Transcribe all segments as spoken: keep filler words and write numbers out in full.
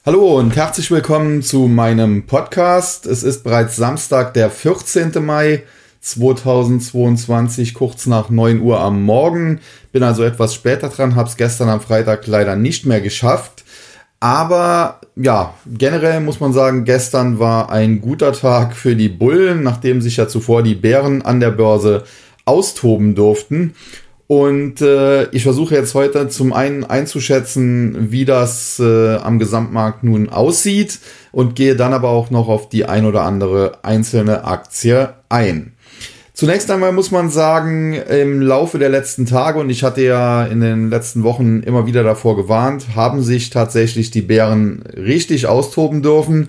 Hallo und herzlich willkommen zu meinem Podcast. Es ist bereits Samstag, der vierzehnten Mai zweitausendzweiundzwanzig, kurz nach neun Uhr am Morgen. Bin also etwas später dran, habe es gestern am Freitag leider nicht mehr geschafft. Aber ja, generell muss man sagen, gestern war ein guter Tag für die Bullen, nachdem sich ja zuvor die Bären an der Börse austoben durften. Und äh, ich versuche jetzt heute zum einen einzuschätzen, wie das äh, am Gesamtmarkt nun aussieht und gehe dann aber auch noch auf die ein oder andere einzelne Aktie ein. Zunächst einmal muss man sagen, im Laufe der letzten Tage, und ich hatte ja in den letzten Wochen immer wieder davor gewarnt, haben sich tatsächlich die Bären richtig austoben dürfen.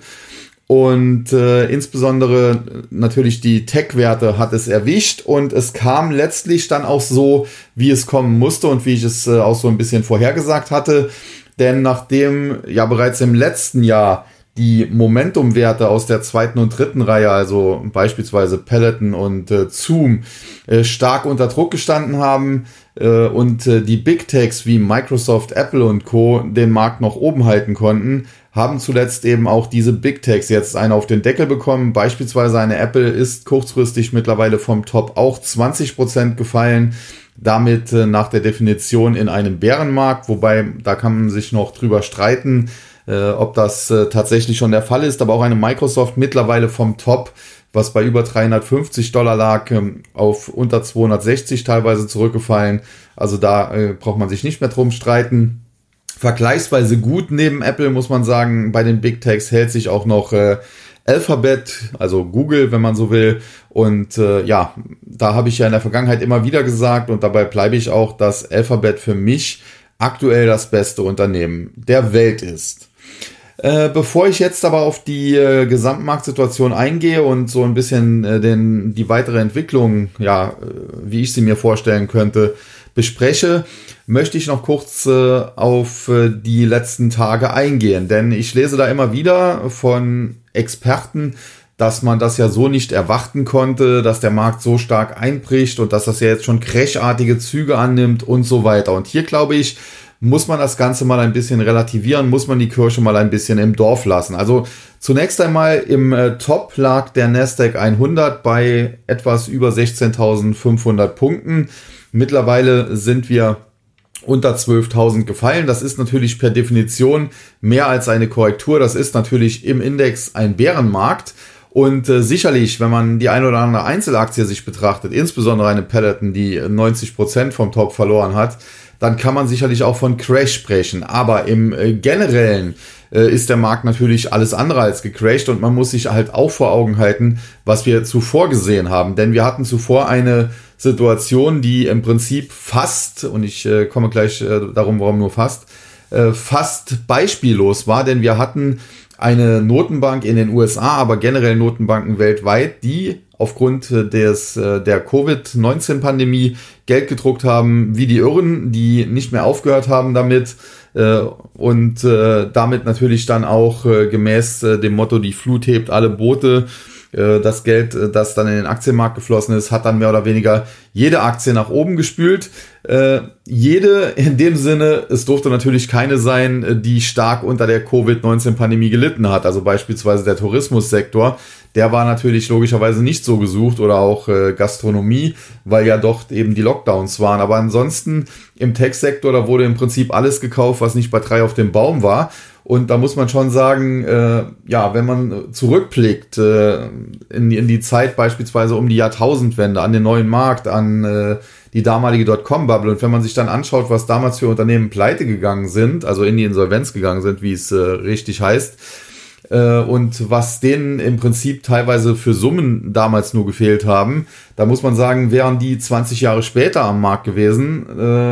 Und äh, insbesondere natürlich die Tech-Werte hat es erwischt und es kam letztlich dann auch so, wie es kommen musste und wie ich es äh, auch so ein bisschen vorhergesagt hatte. Denn nachdem ja bereits im letzten Jahr die Momentum-Werte aus der zweiten und dritten Reihe, also beispielsweise Peloton und äh, Zoom, äh, stark unter Druck gestanden haben äh, und äh, die Big Techs wie Microsoft, Apple und Co. den Markt noch oben halten konnten, haben zuletzt eben auch diese Big Techs jetzt eine auf den Deckel bekommen. Beispielsweise eine Apple ist kurzfristig mittlerweile vom Top auch zwanzig Prozent gefallen. Damit äh, nach der Definition in einem Bärenmarkt, wobei da kann man sich noch drüber streiten, äh, ob das äh, tatsächlich schon der Fall ist. Aber auch eine Microsoft mittlerweile vom Top, was bei über dreihundertfünfzig Dollar lag, ähm, auf unter zweihundertsechzig teilweise zurückgefallen. Also da äh, braucht man sich nicht mehr drum streiten. Vergleichsweise gut neben Apple, muss man sagen, bei den Big Techs hält sich auch noch äh, Alphabet, also Google, wenn man so will. Und äh, ja, da habe ich ja in der Vergangenheit immer wieder gesagt und dabei bleibe ich auch, dass Alphabet für mich aktuell das beste Unternehmen der Welt ist. Äh, bevor ich jetzt aber auf die äh, Gesamtmarktsituation eingehe und so ein bisschen äh, den, die weitere Entwicklung, ja, äh, wie ich sie mir vorstellen könnte, bespreche, möchte ich noch kurz äh, auf äh, die letzten Tage eingehen. Denn ich lese da immer wieder von Experten, dass man das ja so nicht erwarten konnte, dass der Markt so stark einbricht und dass das ja jetzt schon crashartige Züge annimmt und so weiter. Und hier, glaube ich, muss man das Ganze mal ein bisschen relativieren, muss man die Kirche mal ein bisschen im Dorf lassen. Also zunächst einmal im äh, Top lag der Nasdaq hundert bei etwas über sechzehntausendfünfhundert Punkten. Mittlerweile sind wir unter zwölftausend gefallen. Das ist natürlich per Definition mehr als eine Korrektur. Das ist natürlich im Index ein Bärenmarkt. Und äh, sicherlich, wenn man die ein oder andere Einzelaktie sich betrachtet, insbesondere eine Peloton, die neunzig Prozent vom Top verloren hat, dann kann man sicherlich auch von Crash sprechen. Aber im äh, Generellen äh, ist der Markt natürlich alles andere als gecrashed und man muss sich halt auch vor Augen halten, was wir zuvor gesehen haben. Denn wir hatten zuvor eine Situation, die im Prinzip fast, und ich äh, komme gleich äh, darum, warum nur fast, äh, fast beispiellos war, denn wir hatten eine Notenbank in den U S A, aber generell Notenbanken weltweit, die aufgrund des der Covid neunzehn Pandemie Geld gedruckt haben wie die Irren, die nicht mehr aufgehört haben damit äh, und äh, damit natürlich dann auch äh, gemäß äh, dem Motto, die Flut hebt alle Boote, das Geld, das dann in den Aktienmarkt geflossen ist, hat dann mehr oder weniger jede Aktie nach oben gespült. Äh, jede in dem Sinne, es durfte natürlich keine sein, die stark unter der Covid neunzehn Pandemie gelitten hat. Also beispielsweise der Tourismussektor, der war natürlich logischerweise nicht so gesucht oder auch äh, Gastronomie, weil ja doch eben die Lockdowns waren. Aber ansonsten im Tech-Sektor, da wurde im Prinzip alles gekauft, was nicht bei drei auf dem Baum war. Und da muss man schon sagen, äh, ja, wenn man zurückblickt äh, in, in die Zeit beispielsweise um die Jahrtausendwende, an den neuen Markt, an äh, die damalige Dotcom-Bubble und wenn man sich dann anschaut, was damals für Unternehmen pleite gegangen sind, also in die Insolvenz gegangen sind, wie es äh, richtig heißt, äh, und was denen im Prinzip teilweise für Summen damals nur gefehlt haben, da muss man sagen, wären die zwanzig Jahre später am Markt gewesen,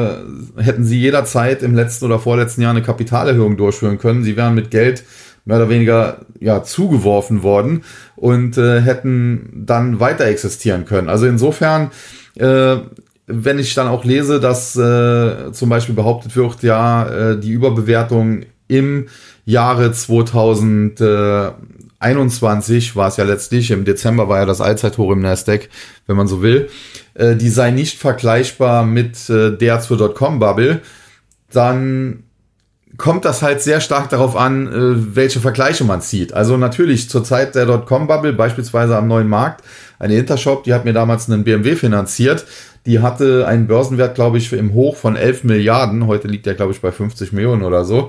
äh, hätten sie jederzeit im letzten oder vorletzten Jahr eine Kapitalerhöhung durchführen können. Sie wären mit Geld mehr oder weniger ja zugeworfen worden und äh, hätten dann weiter existieren können. Also insofern, äh, wenn ich dann auch lese, dass äh, zum Beispiel behauptet wird, ja, äh, die Überbewertung im Jahre zweitausendeinundzwanzig war es ja letztlich, im Dezember war ja das Allzeithoch im Nasdaq, wenn man so will, äh, die sei nicht vergleichbar mit äh, der zur Dotcom-Bubble, dann kommt das halt sehr stark darauf an, äh, welche Vergleiche man zieht. Also natürlich zur Zeit der Dotcom-Bubble, beispielsweise am Neuen Markt, eine Intershop, die hat mir damals einen B M W finanziert. Die hatte einen Börsenwert, glaube ich, im Hoch von elf Milliarden. Heute liegt der, glaube ich, bei fünfzig Millionen oder so.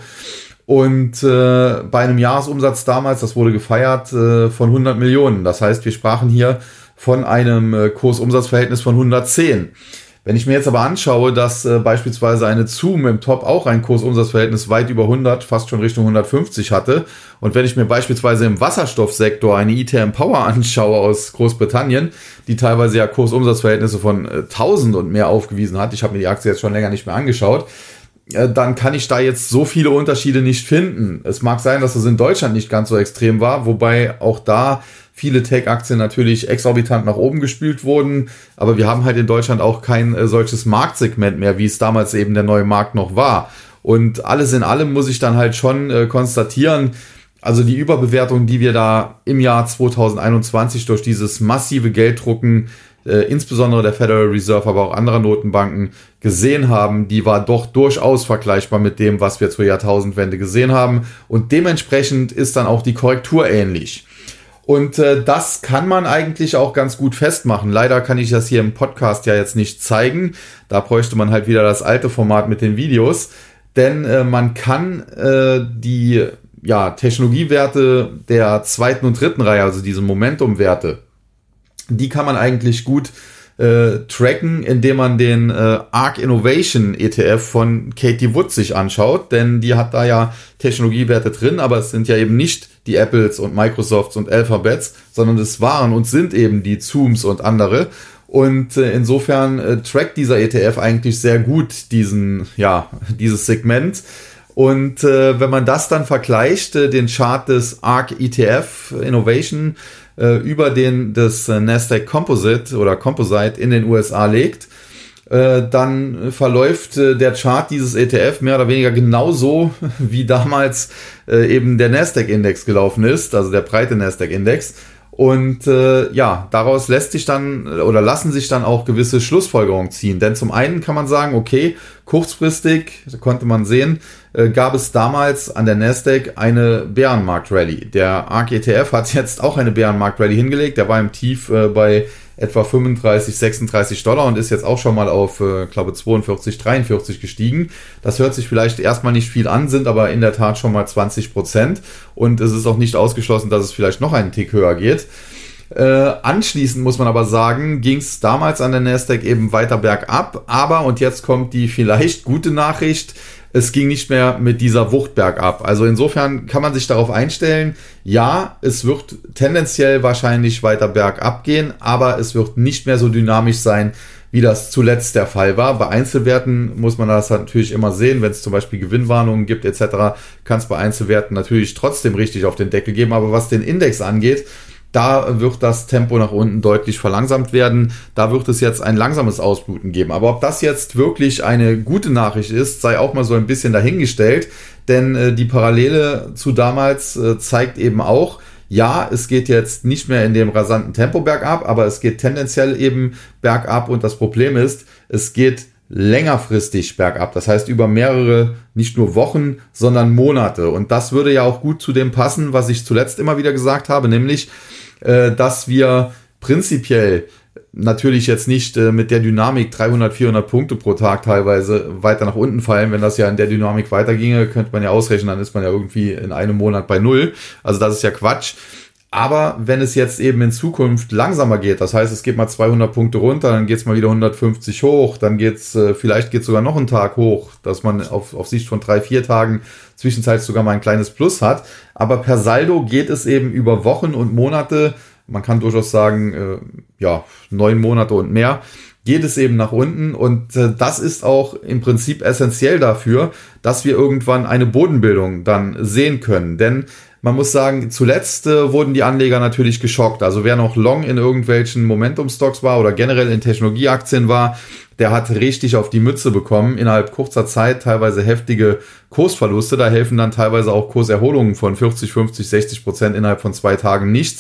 Und äh, bei einem Jahresumsatz damals, das wurde gefeiert, äh, von hundert Millionen. Das heißt, wir sprachen hier von einem äh, Kursumsatzverhältnis von hundertzehn. Wenn ich mir jetzt aber anschaue, dass äh, beispielsweise eine Zoom im Top auch ein Kursumsatzverhältnis weit über hundert, fast schon Richtung hundertfünfzig hatte, und wenn ich mir beispielsweise im Wasserstoffsektor eine I T M Power anschaue aus Großbritannien, die teilweise ja Kursumsatzverhältnisse von äh, tausend und mehr aufgewiesen hat, ich habe mir die Aktie jetzt schon länger nicht mehr angeschaut, äh, dann kann ich da jetzt so viele Unterschiede nicht finden. Es mag sein, dass es in Deutschland nicht ganz so extrem war, wobei auch da viele Tech-Aktien natürlich exorbitant nach oben gespült wurden, aber wir haben halt in Deutschland auch kein äh, solches Marktsegment mehr, wie es damals eben der neue Markt noch war. Und alles in allem muss ich dann halt schon äh, konstatieren, also die Überbewertung, die wir da im Jahr zweitausendeinundzwanzig durch dieses massive Gelddrucken, äh, insbesondere der Federal Reserve, aber auch anderer Notenbanken gesehen haben, die war doch durchaus vergleichbar mit dem, was wir zur Jahrtausendwende gesehen haben. Und dementsprechend ist dann auch die Korrektur ähnlich. Und äh, das kann man eigentlich auch ganz gut festmachen. Leider kann ich das hier im Podcast ja jetzt nicht zeigen. Da bräuchte man halt wieder das alte Format mit den Videos. Denn äh, man kann äh, die ja, Technologiewerte der zweiten und dritten Reihe, also diese Momentum-Werte, die kann man eigentlich gut äh, tracken, indem man den äh, Arc Innovation E T F von Katie Wood sich anschaut, denn die hat da ja Technologiewerte drin, aber es sind ja eben nicht die Apples und Microsofts und Alphabets, sondern es waren und sind eben die Zooms und andere. Und äh, insofern äh, trackt dieser E T F eigentlich sehr gut diesen, ja, dieses Segment. Und äh, wenn man das dann vergleicht, äh, den Chart des Arc E T F Innovation äh, über den des äh, Nasdaq Composite oder Composite in den U S A legt, äh, dann verläuft äh, der Chart dieses E T F mehr oder weniger genauso, wie damals äh, eben der Nasdaq-Index gelaufen ist, also der breite Nasdaq-Index. Und äh, ja, daraus lässt sich dann oder lassen sich dann auch gewisse Schlussfolgerungen ziehen. Denn zum einen kann man sagen, okay, kurzfristig, konnte man sehen, äh, gab es damals an der Nasdaq eine Bärenmarkt-Rallye. Der Arc E T F hat jetzt auch eine Bärenmarkt-Rallye hingelegt. Der war im Tief äh, bei etwa fünfunddreißig, sechsunddreißig Dollar und ist jetzt auch schon mal auf, äh, glaube zweiundvierzig, dreiundvierzig gestiegen. Das hört sich vielleicht erstmal nicht viel an, sind aber in der Tat schon mal zwanzig Prozent und es ist auch nicht ausgeschlossen, dass es vielleicht noch einen Tick höher geht. Äh, anschließend muss man aber sagen, ging es damals an der Nasdaq eben weiter bergab, aber, und jetzt kommt die vielleicht gute Nachricht, es ging nicht mehr mit dieser Wucht bergab. Also insofern kann man sich darauf einstellen, ja, es wird tendenziell wahrscheinlich weiter bergab gehen, aber es wird nicht mehr so dynamisch sein, wie das zuletzt der Fall war. Bei Einzelwerten muss man das natürlich immer sehen, wenn es zum Beispiel Gewinnwarnungen gibt et cetera, kann es bei Einzelwerten natürlich trotzdem richtig auf den Deckel geben, aber was den Index angeht, da wird das Tempo nach unten deutlich verlangsamt werden. Da wird es jetzt ein langsames Ausbluten geben. Aber ob das jetzt wirklich eine gute Nachricht ist, sei auch mal so ein bisschen dahingestellt. Denn äh, die Parallele zu damals äh, zeigt eben auch, ja, es geht jetzt nicht mehr in dem rasanten Tempo bergab, aber es geht tendenziell eben bergab. Und das Problem ist, es geht längerfristig bergab. Das heißt über mehrere, nicht nur Wochen, sondern Monate. Und das würde ja auch gut zu dem passen, was ich zuletzt immer wieder gesagt habe, nämlich, dass wir prinzipiell natürlich jetzt nicht mit der Dynamik dreihundert, vierhundert Punkte pro Tag teilweise weiter nach unten fallen. Wenn das ja in der Dynamik weiterginge, könnte man ja ausrechnen, dann ist man ja irgendwie in einem Monat bei Null. Also das ist ja Quatsch. Aber wenn es jetzt eben in Zukunft langsamer geht, das heißt, es geht mal zweihundert Punkte runter, dann geht es mal wieder hundertfünfzig hoch, dann geht's, vielleicht geht es sogar noch einen Tag hoch, dass man auf, auf Sicht von drei, vier Tagen zwischenzeitlich sogar mal ein kleines Plus hat. Aber per Saldo geht es eben über Wochen und Monate, man kann durchaus sagen, äh, ja, neun Monate und mehr, geht es eben nach unten. Und äh, das ist auch im Prinzip essentiell dafür, dass wir irgendwann eine Bodenbildung dann sehen können. Denn man muss sagen, zuletzt äh, wurden die Anleger natürlich geschockt. Also wer noch long in irgendwelchen Momentum-Stocks war oder generell in Technologieaktien war, der hat richtig auf die Mütze bekommen. Innerhalb kurzer Zeit teilweise heftige Kursverluste. Da helfen dann teilweise auch Kurserholungen von vierzig, fünfzig, sechzig Prozent innerhalb von zwei Tagen nichts,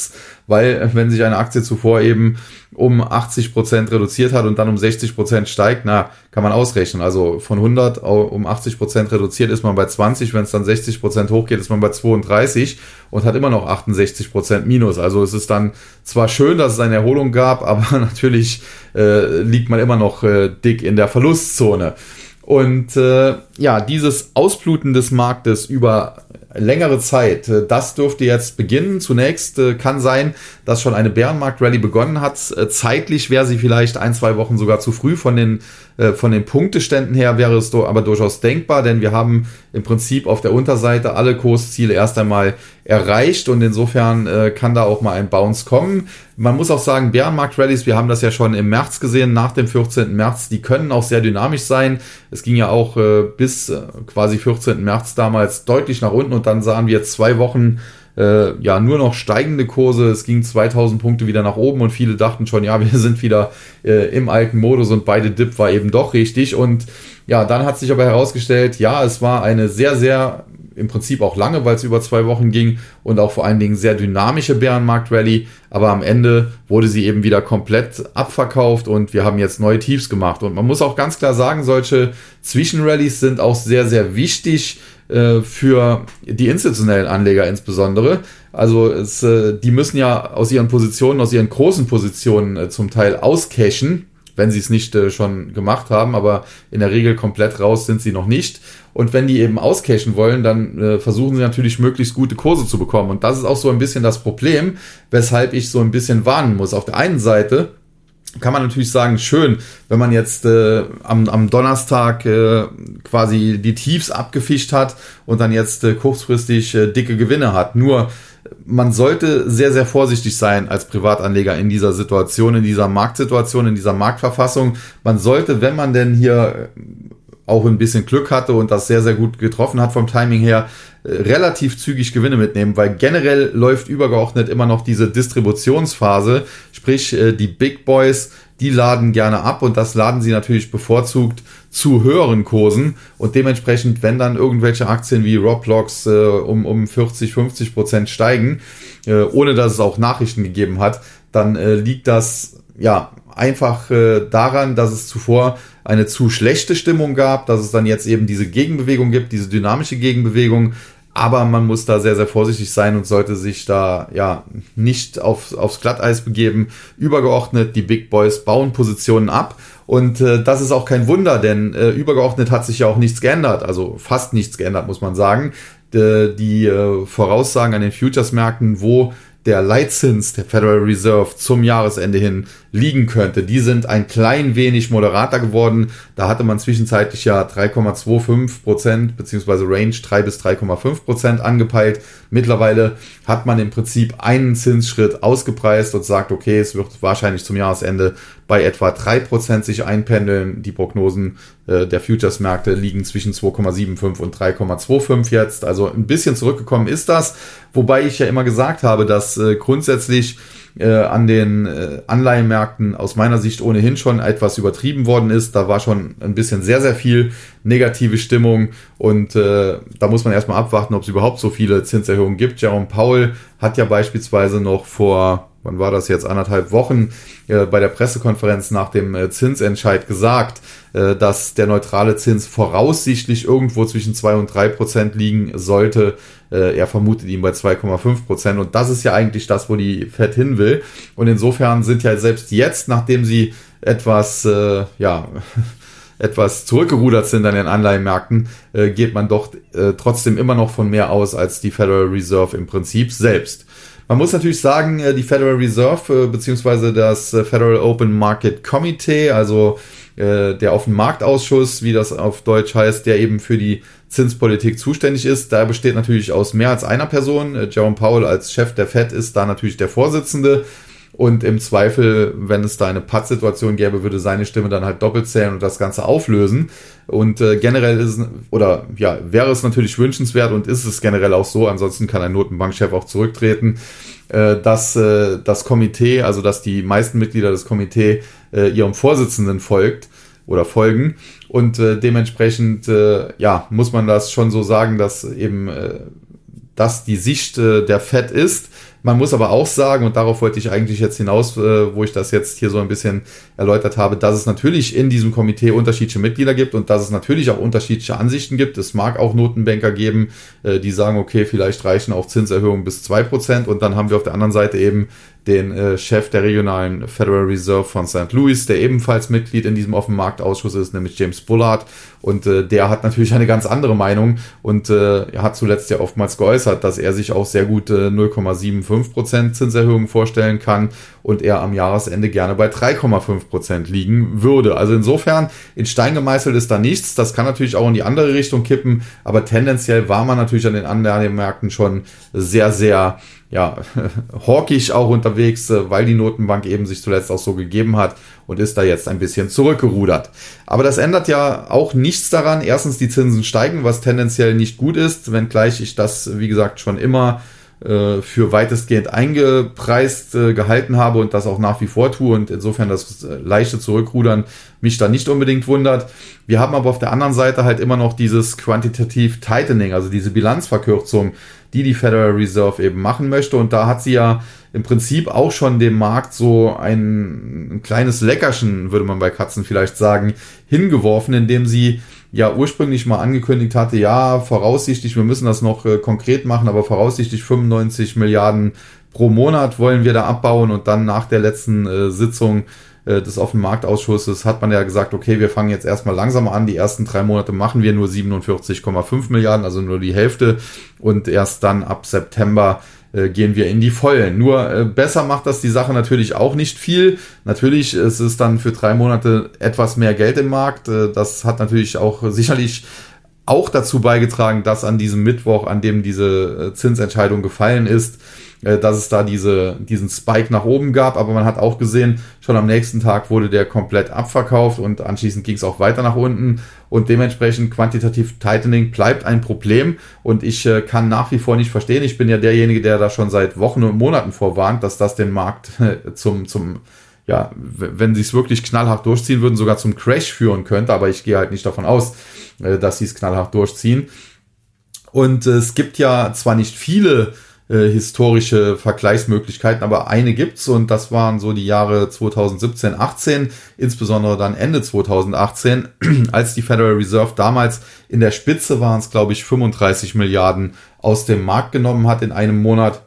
weil wenn sich eine Aktie zuvor eben um achtzig Prozent reduziert hat und dann um sechzig Prozent steigt, na, kann man ausrechnen. Also von hundert um achtzig Prozent reduziert ist man bei zwanzig, wenn es dann sechzig Prozent hochgeht, ist man bei zweiunddreißig und hat immer noch achtundsechzig Prozent Minus. Also es ist dann zwar schön, dass es eine Erholung gab, aber natürlich äh, liegt man immer noch äh, dick in der Verlustzone. Und äh, ja, dieses Ausbluten des Marktes über längere Zeit, äh, das dürfte jetzt beginnen. Zunächst äh, kann sein, dass schon eine Bärenmarkt-Rallye begonnen hat. Äh, zeitlich wäre sie vielleicht ein, zwei Wochen sogar zu früh. Von den, äh, von den Punkteständen her wäre es do, aber durchaus denkbar, denn wir haben im Prinzip auf der Unterseite alle Kursziele erst einmal erreicht und insofern äh, kann da auch mal ein Bounce kommen. Man muss auch sagen, Bärenmarkt-Rallies, wir haben das ja schon im März gesehen, nach dem vierzehnten März, die können auch sehr dynamisch sein. Es ging ja auch äh, bis äh, quasi vierzehnten März damals deutlich nach unten und dann sahen wir zwei Wochen äh, ja nur noch steigende Kurse. Es ging zweitausend Punkte wieder nach oben und viele dachten schon, ja, wir sind wieder äh, im alten Modus und beide Dip war eben doch richtig. Und ja, dann hat sich aber herausgestellt, ja, es war eine sehr, sehr im Prinzip auch lange, weil es über zwei Wochen ging und auch vor allen Dingen sehr dynamische Bärenmarkt-Rallye, aber am Ende wurde sie eben wieder komplett abverkauft und wir haben jetzt neue Tiefs gemacht und man muss auch ganz klar sagen, solche Zwischenrallies sind auch sehr, sehr wichtig äh, für die institutionellen Anleger insbesondere. Also es, äh, die müssen ja aus ihren Positionen, aus ihren großen Positionen äh, zum Teil auscashen, wenn sie es nicht äh, schon gemacht haben, aber in der Regel komplett raus sind sie noch nicht. Und wenn die eben auscashen wollen, dann äh, versuchen sie natürlich möglichst gute Kurse zu bekommen. Und das ist auch so ein bisschen das Problem, weshalb ich so ein bisschen warnen muss. Auf der einen Seite kann man natürlich sagen, schön, wenn man jetzt äh, am, am Donnerstag äh, quasi die Tiefs abgefischt hat und dann jetzt äh, kurzfristig äh, dicke Gewinne hat. Nur man sollte sehr, sehr vorsichtig sein als Privatanleger in dieser Situation, in dieser Marktsituation, in dieser Marktverfassung. Man sollte, wenn man denn hier auch ein bisschen Glück hatte und das sehr, sehr gut getroffen hat vom Timing her, relativ zügig Gewinne mitnehmen, weil generell läuft übergeordnet immer noch diese Distributionsphase, sprich die Big Boys, die laden gerne ab und das laden sie natürlich bevorzugt zu höheren Kursen und dementsprechend, wenn dann irgendwelche Aktien wie Roblox äh, um, um vierzig, fünfzig Prozent steigen, äh, ohne dass es auch Nachrichten gegeben hat, dann äh, liegt das ja einfach äh, daran, dass es zuvor eine zu schlechte Stimmung gab, dass es dann jetzt eben diese Gegenbewegung gibt, diese dynamische Gegenbewegung. Aber man muss da sehr, sehr vorsichtig sein und sollte sich da ja nicht auf, aufs Glatteis begeben. Übergeordnet, die Big Boys bauen Positionen ab. Und äh, das ist auch kein Wunder, denn äh, übergeordnet hat sich ja auch nichts geändert. Also fast nichts geändert, muss man sagen. Die, die äh, Voraussagen an den Futures-Märkten, wo der Leitzins der Federal Reserve zum Jahresende hin liegen könnte, die sind ein klein wenig moderater geworden. Da hatte man zwischenzeitlich ja drei Komma fünfundzwanzig Prozent beziehungsweise Range drei bis drei Komma fünf Prozent angepeilt. Mittlerweile hat man im Prinzip einen Zinsschritt ausgepreist und sagt, okay, es wird wahrscheinlich zum Jahresende bei etwa drei Prozent sich einpendeln. Die Prognosen äh, der Futures-Märkte liegen zwischen zwei Komma fünfundsiebzig und drei Komma fünfundzwanzig jetzt. Also ein bisschen zurückgekommen ist das. Wobei ich ja immer gesagt habe, dass äh, grundsätzlich äh, an den äh, Anleihenmärkten aus meiner Sicht ohnehin schon etwas übertrieben worden ist. Da war schon ein bisschen sehr, sehr viel negative Stimmung und äh, da muss man erstmal abwarten, ob es überhaupt so viele Zinserhöhungen gibt. Jerome Powell hat ja beispielsweise noch vor, wann war das jetzt, anderthalb Wochen äh, bei der Pressekonferenz nach dem äh, Zinsentscheid gesagt, äh, dass der neutrale Zins voraussichtlich irgendwo zwischen zwei und drei Prozent liegen sollte. Äh, er vermutet ihn bei zwei Komma fünf Prozent und das ist ja eigentlich das, wo die Fed hin will. Und insofern sind ja selbst jetzt, nachdem sie etwas, äh, ja, etwas zurückgerudert sind an den Anleihenmärkten, äh, geht man doch äh, trotzdem immer noch von mehr aus als die Federal Reserve im Prinzip selbst. Man muss natürlich sagen, die Federal Reserve bzw. das Federal Open Market Committee, also der Offenmarktausschuss, wie das auf Deutsch heißt, der eben für die Zinspolitik zuständig ist, da besteht natürlich aus mehr als einer Person. Jerome Powell als Chef der Fed ist da natürlich der Vorsitzende. Und im Zweifel, wenn es da eine Pattsituation gäbe, würde seine Stimme dann halt doppelt zählen und das Ganze auflösen. Und äh, generell ist es, oder ja, wäre es natürlich wünschenswert und ist es generell auch so, ansonsten kann ein Notenbankchef auch zurücktreten, äh, dass äh, das Komitee, also dass die meisten Mitglieder des Komitees äh, ihrem Vorsitzenden folgt oder folgen. Und äh, dementsprechend äh, ja, muss man das schon so sagen, dass eben äh, das die Sicht äh, der Fed ist. Man muss aber auch sagen, und darauf wollte ich eigentlich jetzt hinaus, äh, wo ich das jetzt hier so ein bisschen erläutert habe, dass es natürlich in diesem Komitee unterschiedliche Mitglieder gibt und dass es natürlich auch unterschiedliche Ansichten gibt. Es mag auch Notenbanker geben, äh, die sagen, okay, vielleicht reichen auch Zinserhöhungen bis zwei Prozent, und dann haben wir auf der anderen Seite eben den äh, Chef der regionalen Federal Reserve von Sankt Louis, der ebenfalls Mitglied in diesem Offenmarktausschuss ist, nämlich James Bullard. Und äh, der hat natürlich eine ganz andere Meinung und äh, er hat zuletzt ja oftmals geäußert, dass er sich auch sehr gut äh, null Komma fünfundsiebzig Prozent Zinserhöhung vorstellen kann und er am Jahresende gerne bei drei Komma fünf Prozent liegen würde. Also insofern, in Stein gemeißelt ist da nichts. Das kann natürlich auch in die andere Richtung kippen, aber tendenziell war man natürlich an den Anleihenmärkten schon sehr, sehr ja, hawkisch auch unterwegs, weil die Notenbank eben sich zuletzt auch so gegeben hat und ist da jetzt ein bisschen zurückgerudert. Aber das ändert ja auch nichts daran. Erstens, die Zinsen steigen, was tendenziell nicht gut ist, wenngleich ich das, wie gesagt, schon immer äh, für weitestgehend eingepreist äh, gehalten habe und das auch nach wie vor tue und insofern das äh, leichte Zurückrudern mich da nicht unbedingt wundert. Wir haben aber auf der anderen Seite halt immer noch dieses Quantitative Tightening, also diese Bilanzverkürzung, die die Federal Reserve eben machen möchte. Und da hat sie ja im Prinzip auch schon dem Markt so ein, ein kleines Leckerchen, würde man bei Katzen vielleicht sagen, hingeworfen, indem sie ja ursprünglich mal angekündigt hatte, ja, voraussichtlich, wir müssen das noch äh, konkret machen, aber voraussichtlich fünfundneunzig Milliarden pro Monat wollen wir da abbauen. Und dann nach der letzten äh, Sitzung des Offenmarktausschusses hat man ja gesagt, okay, wir fangen jetzt erstmal langsam an, die ersten drei Monate machen wir nur siebenundvierzig Komma fünf Milliarden, also nur die Hälfte, und erst dann ab September äh, gehen wir in die Vollen. Nur äh, besser macht das die Sache natürlich auch nicht viel. Natürlich ist es dann für drei Monate etwas mehr Geld im Markt, äh, das hat natürlich auch sicherlich auch dazu beigetragen, dass an diesem Mittwoch, an dem diese äh, Zinsentscheidung gefallen ist, dass es da diese, diesen Spike nach oben gab, aber man hat auch gesehen, schon am nächsten Tag wurde der komplett abverkauft und anschließend ging es auch weiter nach unten und dementsprechend Quantitative Tightening bleibt ein Problem und ich äh, kann nach wie vor nicht verstehen, ich bin ja derjenige, der da schon seit Wochen und Monaten vorwarnt, dass das den Markt äh, zum, zum ja, wenn sie es wirklich knallhart durchziehen würden, sogar zum Crash führen könnte, aber ich gehe halt nicht davon aus, äh, dass sie es knallhart durchziehen. Und äh, es gibt ja zwar nicht viele historische Vergleichsmöglichkeiten, aber eine gibt's und das waren so die Jahre zweitausendsiebzehn, achtzehn, insbesondere dann Ende zweitausendachtzehn, als die Federal Reserve damals in der Spitze waren es, glaube ich, fünfunddreißig Milliarden aus dem Markt genommen hat in einem Monat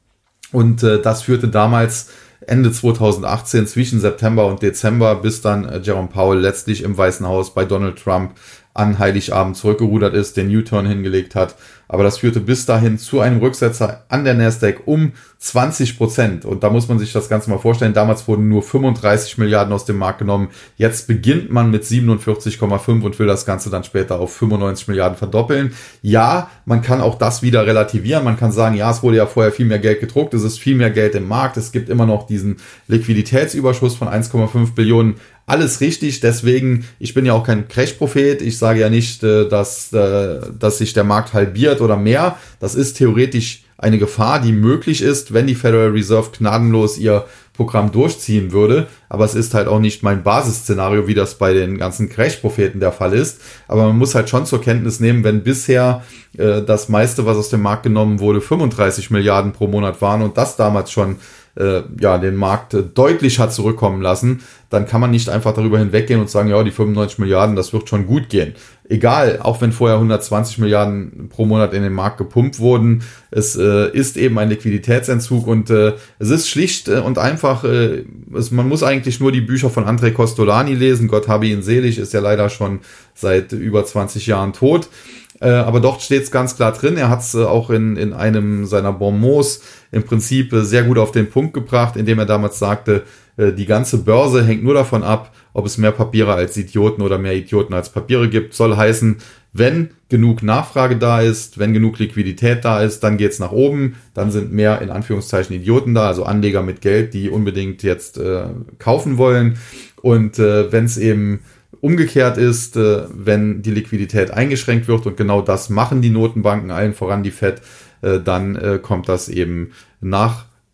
und äh, das führte damals Ende zweitausendachtzehn zwischen September und Dezember, bis dann äh, Jerome Powell letztlich im Weißen Haus bei Donald Trump an Heiligabend zurückgerudert ist, den U-Turn hingelegt hat. Aber das führte bis dahin zu einem Rücksetzer an der Nasdaq um zwanzig Prozent. Und da muss man sich das Ganze mal vorstellen. Damals wurden nur fünfunddreißig Milliarden aus dem Markt genommen. Jetzt beginnt man mit siebenundvierzig Komma fünf und will das Ganze dann später auf fünfundneunzig Milliarden verdoppeln. Ja, man kann auch das wieder relativieren. Man kann sagen, ja, es wurde ja vorher viel mehr Geld gedruckt. Es ist viel mehr Geld im Markt. Es gibt immer noch diesen Liquiditätsüberschuss von eins Komma fünf Billionen. Alles richtig, deswegen, ich bin ja auch kein Crash-Prophet, ich sage ja nicht, dass, dass sich der Markt halbiert oder mehr. Das ist theoretisch eine Gefahr, die möglich ist, wenn die Federal Reserve gnadenlos ihr Programm durchziehen würde. Aber es ist halt auch nicht mein Basisszenario, wie das bei den ganzen Crash-Propheten der Fall ist. Aber man muss halt schon zur Kenntnis nehmen, wenn bisher äh, das meiste, was aus dem Markt genommen wurde, fünfunddreißig Milliarden pro Monat waren und das damals schon äh, ja den Markt äh, deutlich hat zurückkommen lassen, dann kann man nicht einfach darüber hinweggehen und sagen, ja, die fünfundneunzig Milliarden, das wird schon gut gehen. Egal, auch wenn vorher hundertzwanzig Milliarden pro Monat in den Markt gepumpt wurden, es äh, ist eben ein Liquiditätsentzug und äh, es ist schlicht äh, und einfach, äh, es, man muss eigentlich nur die Bücher von André Costolani lesen, Gott habe ihn selig, ist ja leider schon seit über zwanzig Jahren tot. Äh, aber dort steht es ganz klar drin, er hat es äh, auch in, in einem seiner Bonmots im Prinzip äh, sehr gut auf den Punkt gebracht, indem er damals sagte, äh, die ganze Börse hängt nur davon ab, ob es mehr Papiere als Idioten oder mehr Idioten als Papiere gibt. Soll heißen, wenn genug Nachfrage da ist, wenn genug Liquidität da ist, dann geht's nach oben, dann sind mehr in Anführungszeichen Idioten da, also Anleger mit Geld, die unbedingt jetzt äh, kaufen wollen. Und äh, wenn es eben umgekehrt ist, äh, wenn die Liquidität eingeschränkt wird und genau das machen die Notenbanken, allen voran die Fed, äh, dann äh, kommt das eben nach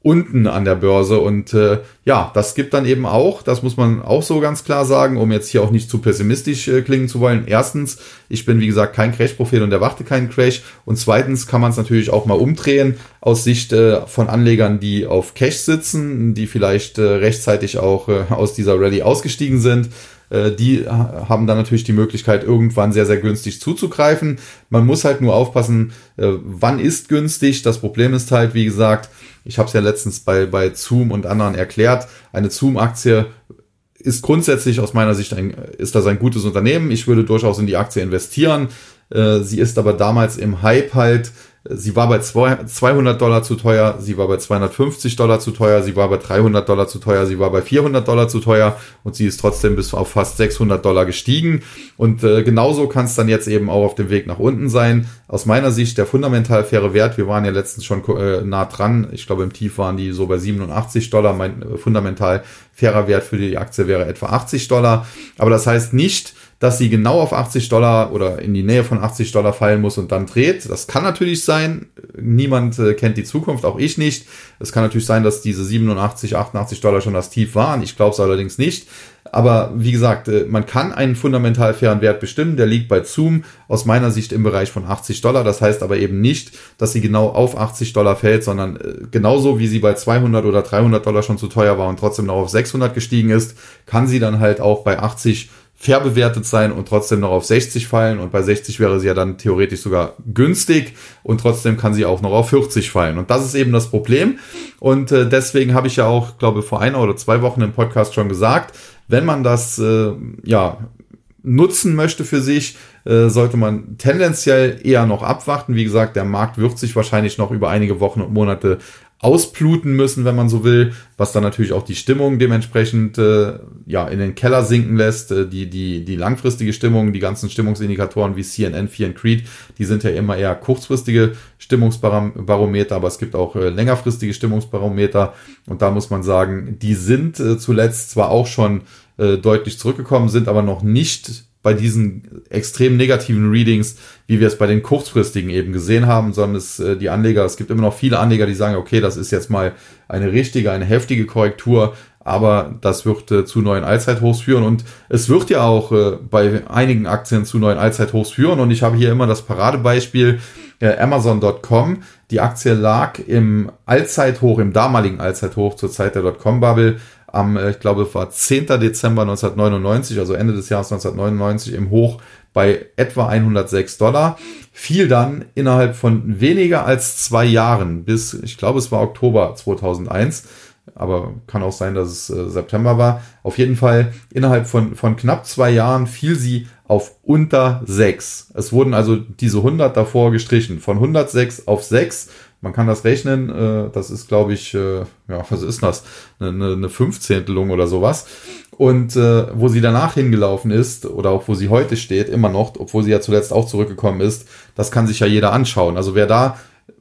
unten an der Börse und äh, ja, das gibt dann eben auch, das muss man auch so ganz klar sagen, um jetzt hier auch nicht zu pessimistisch äh, klingen zu wollen. Erstens, ich bin wie gesagt kein Crash-Prophet und erwarte keinen Crash und zweitens kann man es natürlich auch mal umdrehen aus Sicht äh, von Anlegern, die auf Cash sitzen, die vielleicht äh, rechtzeitig auch äh, aus dieser Rallye ausgestiegen sind. Die haben dann natürlich die Möglichkeit, irgendwann sehr, sehr günstig zuzugreifen. Man muss halt nur aufpassen, wann ist günstig. Das Problem ist halt, wie gesagt, ich habe es ja letztens bei, bei Zoom und anderen erklärt, eine Zoom-Aktie ist grundsätzlich aus meiner Sicht ein, ist das ein gutes Unternehmen. Ich würde durchaus in die Aktie investieren. Sie ist aber damals im Hype halt, sie war bei zweihundert Dollar zu teuer, sie war bei zweihundertfünfzig Dollar zu teuer, sie war bei dreihundert Dollar zu teuer, sie war bei vierhundert Dollar zu teuer und sie ist trotzdem bis auf fast sechshundert Dollar gestiegen. Und äh, genauso kann es dann jetzt eben auch auf dem Weg nach unten sein. Aus meiner Sicht der fundamental faire Wert, wir waren ja letztens schon äh, nah dran, ich glaube im Tief waren die so bei siebenundachtzig Dollar, mein äh, fundamental fairer Wert für die Aktie wäre etwa achtzig Dollar, aber das heißt nicht, dass sie genau auf achtzig Dollar oder in die Nähe von achtzig Dollar fallen muss und dann dreht. Das kann natürlich sein. Niemand äh, kennt die Zukunft, auch ich nicht. Es kann natürlich sein, dass diese siebenundachtzig, achtundachtzig Dollar schon das Tief waren. Ich glaube es allerdings nicht. Aber wie gesagt, äh, man kann einen fundamental fairen Wert bestimmen. Der liegt bei Zoom aus meiner Sicht im Bereich von achtzig Dollar. Das heißt aber eben nicht, dass sie genau auf achtzig Dollar fällt, sondern äh, genauso wie sie bei zweihundert oder dreihundert Dollar schon zu teuer war und trotzdem noch auf sechshundert gestiegen ist, kann sie dann halt auch bei achtzig fair bewertet sein und trotzdem noch auf sechzig fallen und bei sechzig wäre sie ja dann theoretisch sogar günstig und trotzdem kann sie auch noch auf vierzig fallen und das ist eben das Problem und äh, deswegen habe ich ja auch, glaube vor einer oder zwei Wochen im Podcast schon gesagt, wenn man das äh, ja nutzen möchte für sich, äh, sollte man tendenziell eher noch abwarten. Wie gesagt, der Markt wird sich wahrscheinlich noch über einige Wochen und Monate ausbluten müssen, wenn man so will, was dann natürlich auch die Stimmung dementsprechend äh, ja in den Keller sinken lässt. Äh, die die die langfristige Stimmung, die ganzen Stimmungsindikatoren wie C N N, Fear and Greed, die sind ja immer eher kurzfristige Stimmungsbarometer, aber es gibt auch äh, längerfristige Stimmungsbarometer und da muss man sagen, die sind äh, zuletzt zwar auch schon äh, deutlich zurückgekommen, sind aber noch nicht bei diesen extrem negativen Readings, wie wir es bei den kurzfristigen eben gesehen haben, sondern es, äh, die Anleger, es gibt immer noch viele Anleger, die sagen, okay, das ist jetzt mal eine richtige, eine heftige Korrektur, aber das wird äh, zu neuen Allzeithochs führen und es wird ja auch äh, bei einigen Aktien zu neuen Allzeithochs führen und ich habe hier immer das Paradebeispiel äh, Amazon Punkt com. Die Aktie lag im Allzeithoch, im damaligen Allzeithoch zur Zeit der Dotcom-Bubble am, ich glaube, es war zehnten Dezember neunzehnhundertneunundneunzig, also Ende des Jahres neunzehnhundertneunundneunzig im Hoch bei etwa hundertsechs Dollar, fiel dann innerhalb von weniger als zwei Jahren bis, ich glaube, es war Oktober zweitausendeins, aber kann auch sein, dass es äh, September war. Auf jeden Fall innerhalb von, von knapp zwei Jahren fiel sie auf unter sechs. Es wurden also diese hundert davor gestrichen, von hundertsechs auf sechs. Man kann das rechnen, äh, das ist, glaube ich, äh, ja, was ist das? Eine, eine Fünfzehntelung oder sowas. Und äh, wo sie danach hingelaufen ist, oder auch wo sie heute steht, immer noch, obwohl sie ja zuletzt auch zurückgekommen ist, das kann sich ja jeder anschauen. Also wer da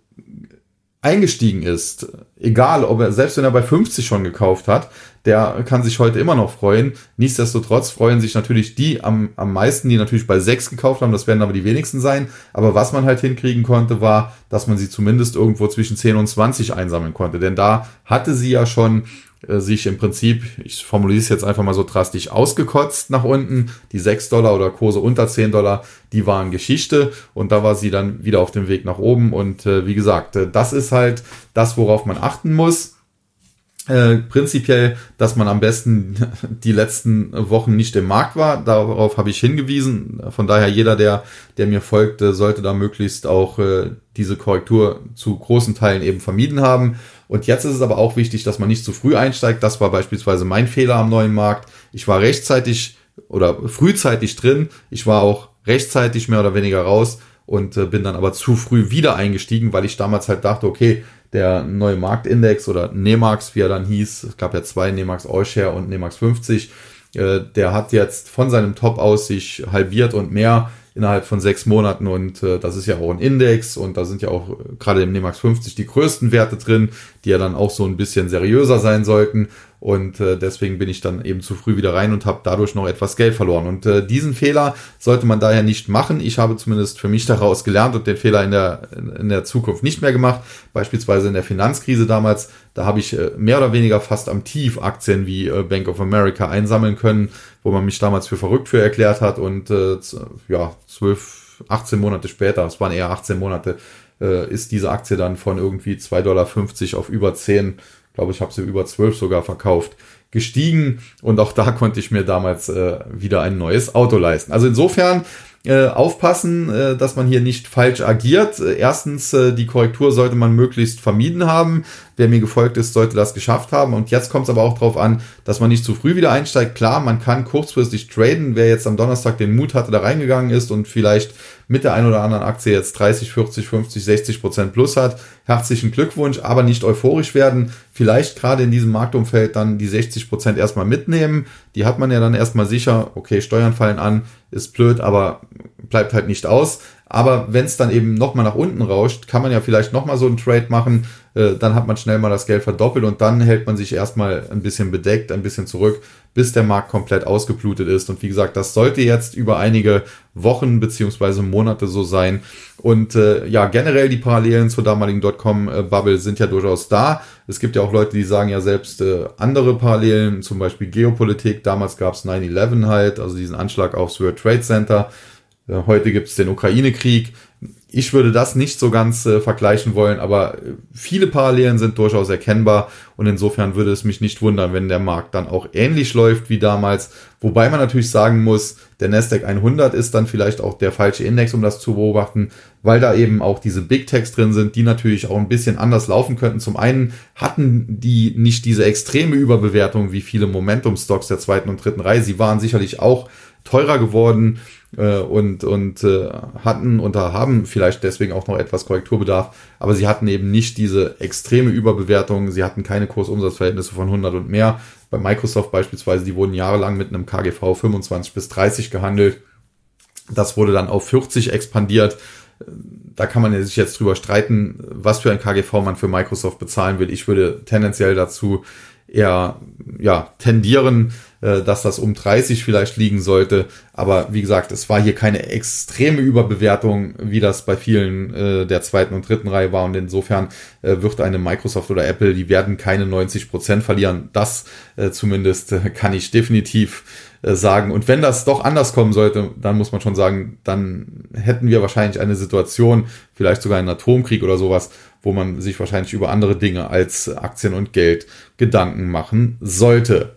eingestiegen ist, egal, ob er, selbst wenn er bei fünfzig schon gekauft hat, der kann sich heute immer noch freuen. Nichtsdestotrotz freuen sich natürlich die am, am meisten, die natürlich bei sechs gekauft haben, das werden aber die wenigsten sein. Aber was man halt hinkriegen konnte, war, dass man sie zumindest irgendwo zwischen zehn und zwanzig einsammeln konnte. Denn da hatte sie ja schon äh, sich im Prinzip, ich formuliere es jetzt einfach mal so drastisch, ausgekotzt nach unten. Die sechs Dollar oder Kurse unter zehn Dollar, die waren Geschichte und da war sie dann wieder auf dem Weg nach oben. Und äh, wie gesagt, äh, das ist halt das, worauf man achten muss. Äh, prinzipiell, dass man am besten die letzten Wochen nicht im Markt war. Darauf habe ich hingewiesen. Von daher jeder, der der mir folgt, äh, sollte da möglichst auch äh, diese Korrektur zu großen Teilen eben vermieden haben. Und jetzt ist es aber auch wichtig, dass man nicht zu früh einsteigt. Das war beispielsweise mein Fehler am neuen Markt. Ich war rechtzeitig oder frühzeitig drin. Ich war auch rechtzeitig mehr oder weniger raus und äh, bin dann aber zu früh wieder eingestiegen, weil ich damals halt dachte, okay, der neue Marktindex oder Nemax, wie er dann hieß, es gab ja zwei, Nemax All Share und Nemax fünfzig, äh, der hat jetzt von seinem Top aus sich halbiert und mehr innerhalb von sechs Monaten und äh, das ist ja auch ein Index und da sind ja auch gerade im Nemax fünfzig die größten Werte drin, die ja dann auch so ein bisschen seriöser sein sollten Und äh, deswegen bin ich dann eben zu früh wieder rein und habe dadurch noch etwas Geld verloren. Und äh, diesen Fehler sollte man daher nicht machen. Ich habe zumindest für mich daraus gelernt und den Fehler in der, in der Zukunft nicht mehr gemacht. Beispielsweise in der Finanzkrise damals, da habe ich äh, mehr oder weniger fast am Tief Aktien wie äh, Bank of America einsammeln können, wo man mich damals für verrückt für erklärt hat. Und äh, ja, zwölf, achtzehn Monate später, es waren eher achtzehn Monate, äh, ist diese Aktie dann von irgendwie zwei Komma fünfzig Dollar auf über zehn, ich glaube, ich habe sie über zwölf sogar verkauft, gestiegen. Und auch da konnte ich mir damals äh, wieder ein neues Auto leisten. Also insofern äh, aufpassen, äh, dass man hier nicht falsch agiert. Äh, erstens, äh, die Korrektur sollte man möglichst vermieden haben. Wer mir gefolgt ist, sollte das geschafft haben. Und jetzt kommt es aber auch darauf an, dass man nicht zu früh wieder einsteigt. Klar, man kann kurzfristig traden. Wer jetzt am Donnerstag den Mut hatte, da reingegangen ist und vielleicht mit der ein oder anderen Aktie jetzt dreißig, vierzig, fünfzig, sechzig Prozent plus hat, herzlichen Glückwunsch, aber nicht euphorisch werden. Vielleicht gerade in diesem Marktumfeld dann die sechzig Prozent erstmal mitnehmen. Die hat man ja dann erstmal sicher. Okay, Steuern fallen an, ist blöd, aber bleibt halt nicht aus. Aber wenn es dann eben nochmal nach unten rauscht, kann man ja vielleicht nochmal so einen Trade machen. Äh, dann hat man schnell mal das Geld verdoppelt und dann hält man sich erstmal ein bisschen bedeckt, ein bisschen zurück, bis der Markt komplett ausgeblutet ist. Und wie gesagt, das sollte jetzt über einige Wochen beziehungsweise Monate so sein. Und äh, ja, generell die Parallelen zur damaligen Dotcom-Bubble sind ja durchaus da. Es gibt ja auch Leute, die sagen ja selbst äh, andere Parallelen, zum Beispiel Geopolitik. Damals gab es neun elf halt, also diesen Anschlag aufs World Trade Center. Äh, heute gibt es den Ukraine-Krieg. Ich würde das nicht so ganz äh, vergleichen wollen, aber viele Parallelen sind durchaus erkennbar und insofern würde es mich nicht wundern, wenn der Markt dann auch ähnlich läuft wie damals. Wobei man natürlich sagen muss, der Nasdaq hundert ist dann vielleicht auch der falsche Index, um das zu beobachten, weil da eben auch diese Big Techs drin sind, die natürlich auch ein bisschen anders laufen könnten. Zum einen hatten die nicht diese extreme Überbewertung wie viele Momentum-Stocks der zweiten und dritten Reihe. Sie waren sicherlich auch teurer geworden äh, und und äh, hatten und haben vielleicht deswegen auch noch etwas Korrekturbedarf, aber sie hatten eben nicht diese extreme Überbewertung, sie hatten keine Kurs-Umsatz-Verhältnisse von hundert und mehr. Bei Microsoft beispielsweise, die wurden jahrelang mit einem K G V fünfundzwanzig bis dreißig gehandelt. Das wurde dann auf vierzig expandiert. Da kann man sich jetzt drüber streiten, was für ein K G V man für Microsoft bezahlen will. Ich würde tendenziell dazu eher ja tendieren, dass das um dreißig vielleicht liegen sollte. Aber wie gesagt, es war hier keine extreme Überbewertung, wie das bei vielen äh, der zweiten und dritten Reihe war. Und insofern äh, wird eine Microsoft oder Apple, die werden keine neunzig Prozent verlieren. Das äh, zumindest äh, kann ich definitiv äh, sagen. Und wenn das doch anders kommen sollte, dann muss man schon sagen, dann hätten wir wahrscheinlich eine Situation, vielleicht sogar einen Atomkrieg oder sowas, wo man sich wahrscheinlich über andere Dinge als Aktien und Geld Gedanken machen sollte.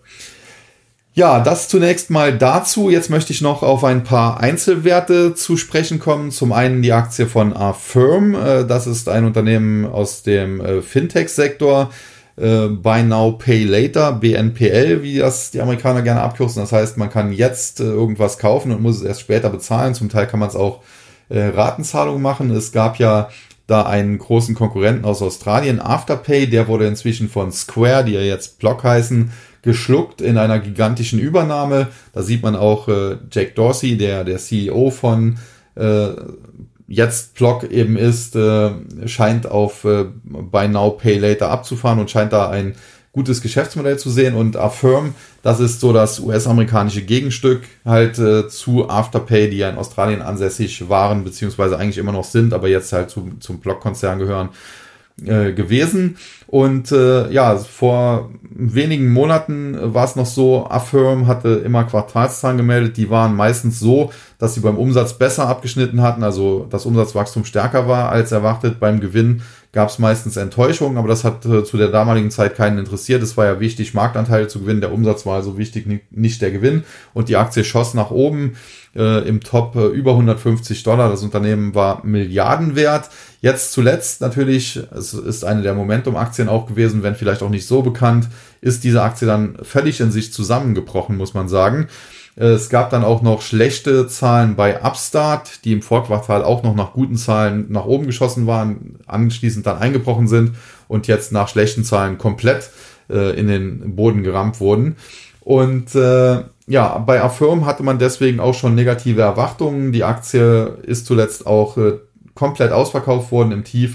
Ja, das zunächst mal dazu. Jetzt möchte ich noch auf ein paar Einzelwerte zu sprechen kommen. Zum einen die Aktie von Affirm. Das ist ein Unternehmen aus dem Fintech-Sektor. Buy Now, Pay Later, B N P L, wie das die Amerikaner gerne abkürzen. Das heißt, man kann jetzt irgendwas kaufen und muss es erst später bezahlen. Zum Teil kann man es auch Ratenzahlung machen. Es gab ja da einen großen Konkurrenten aus Australien, Afterpay. Der wurde inzwischen von Square, die ja jetzt Block heißen, geschluckt in einer gigantischen Übernahme. Da sieht man auch äh, Jack Dorsey, der der C E O von äh, jetzt Block eben ist, äh, scheint auf äh, Buy Now, Pay Later abzufahren und scheint da ein gutes Geschäftsmodell zu sehen. Und Affirm, das ist so das U S-amerikanische Gegenstück halt äh, zu Afterpay, die ja in Australien ansässig waren, beziehungsweise eigentlich immer noch sind, aber jetzt halt zu, zum Block-Konzern gehören. Äh, gewesen. Und äh, ja, vor wenigen Monaten war es noch so, Affirm hatte immer Quartalszahlen gemeldet, die waren meistens so, dass sie beim Umsatz besser abgeschnitten hatten, also das Umsatzwachstum stärker war als erwartet. Beim Gewinn gab es meistens Enttäuschungen, aber das hat äh, zu der damaligen Zeit keinen interessiert. Es war ja wichtig, Marktanteile zu gewinnen, der Umsatz war also wichtig, nicht der Gewinn. Und die Aktie schoss nach oben, äh, im Top äh, über hundertfünfzig Dollar. Das Unternehmen war Milliardenwert. Jetzt zuletzt natürlich, es ist eine der Momentum-Aktien auch gewesen, wenn vielleicht auch nicht so bekannt, ist diese Aktie dann völlig in sich zusammengebrochen, muss man sagen. Es gab dann auch noch schlechte Zahlen bei Upstart, die im Vorquartal auch noch nach guten Zahlen nach oben geschossen waren, anschließend dann eingebrochen sind und jetzt nach schlechten Zahlen komplett äh, in den Boden gerammt wurden. Und äh, ja, bei Affirm hatte man deswegen auch schon negative Erwartungen. Die Aktie ist zuletzt auch äh, komplett ausverkauft worden. Im Tief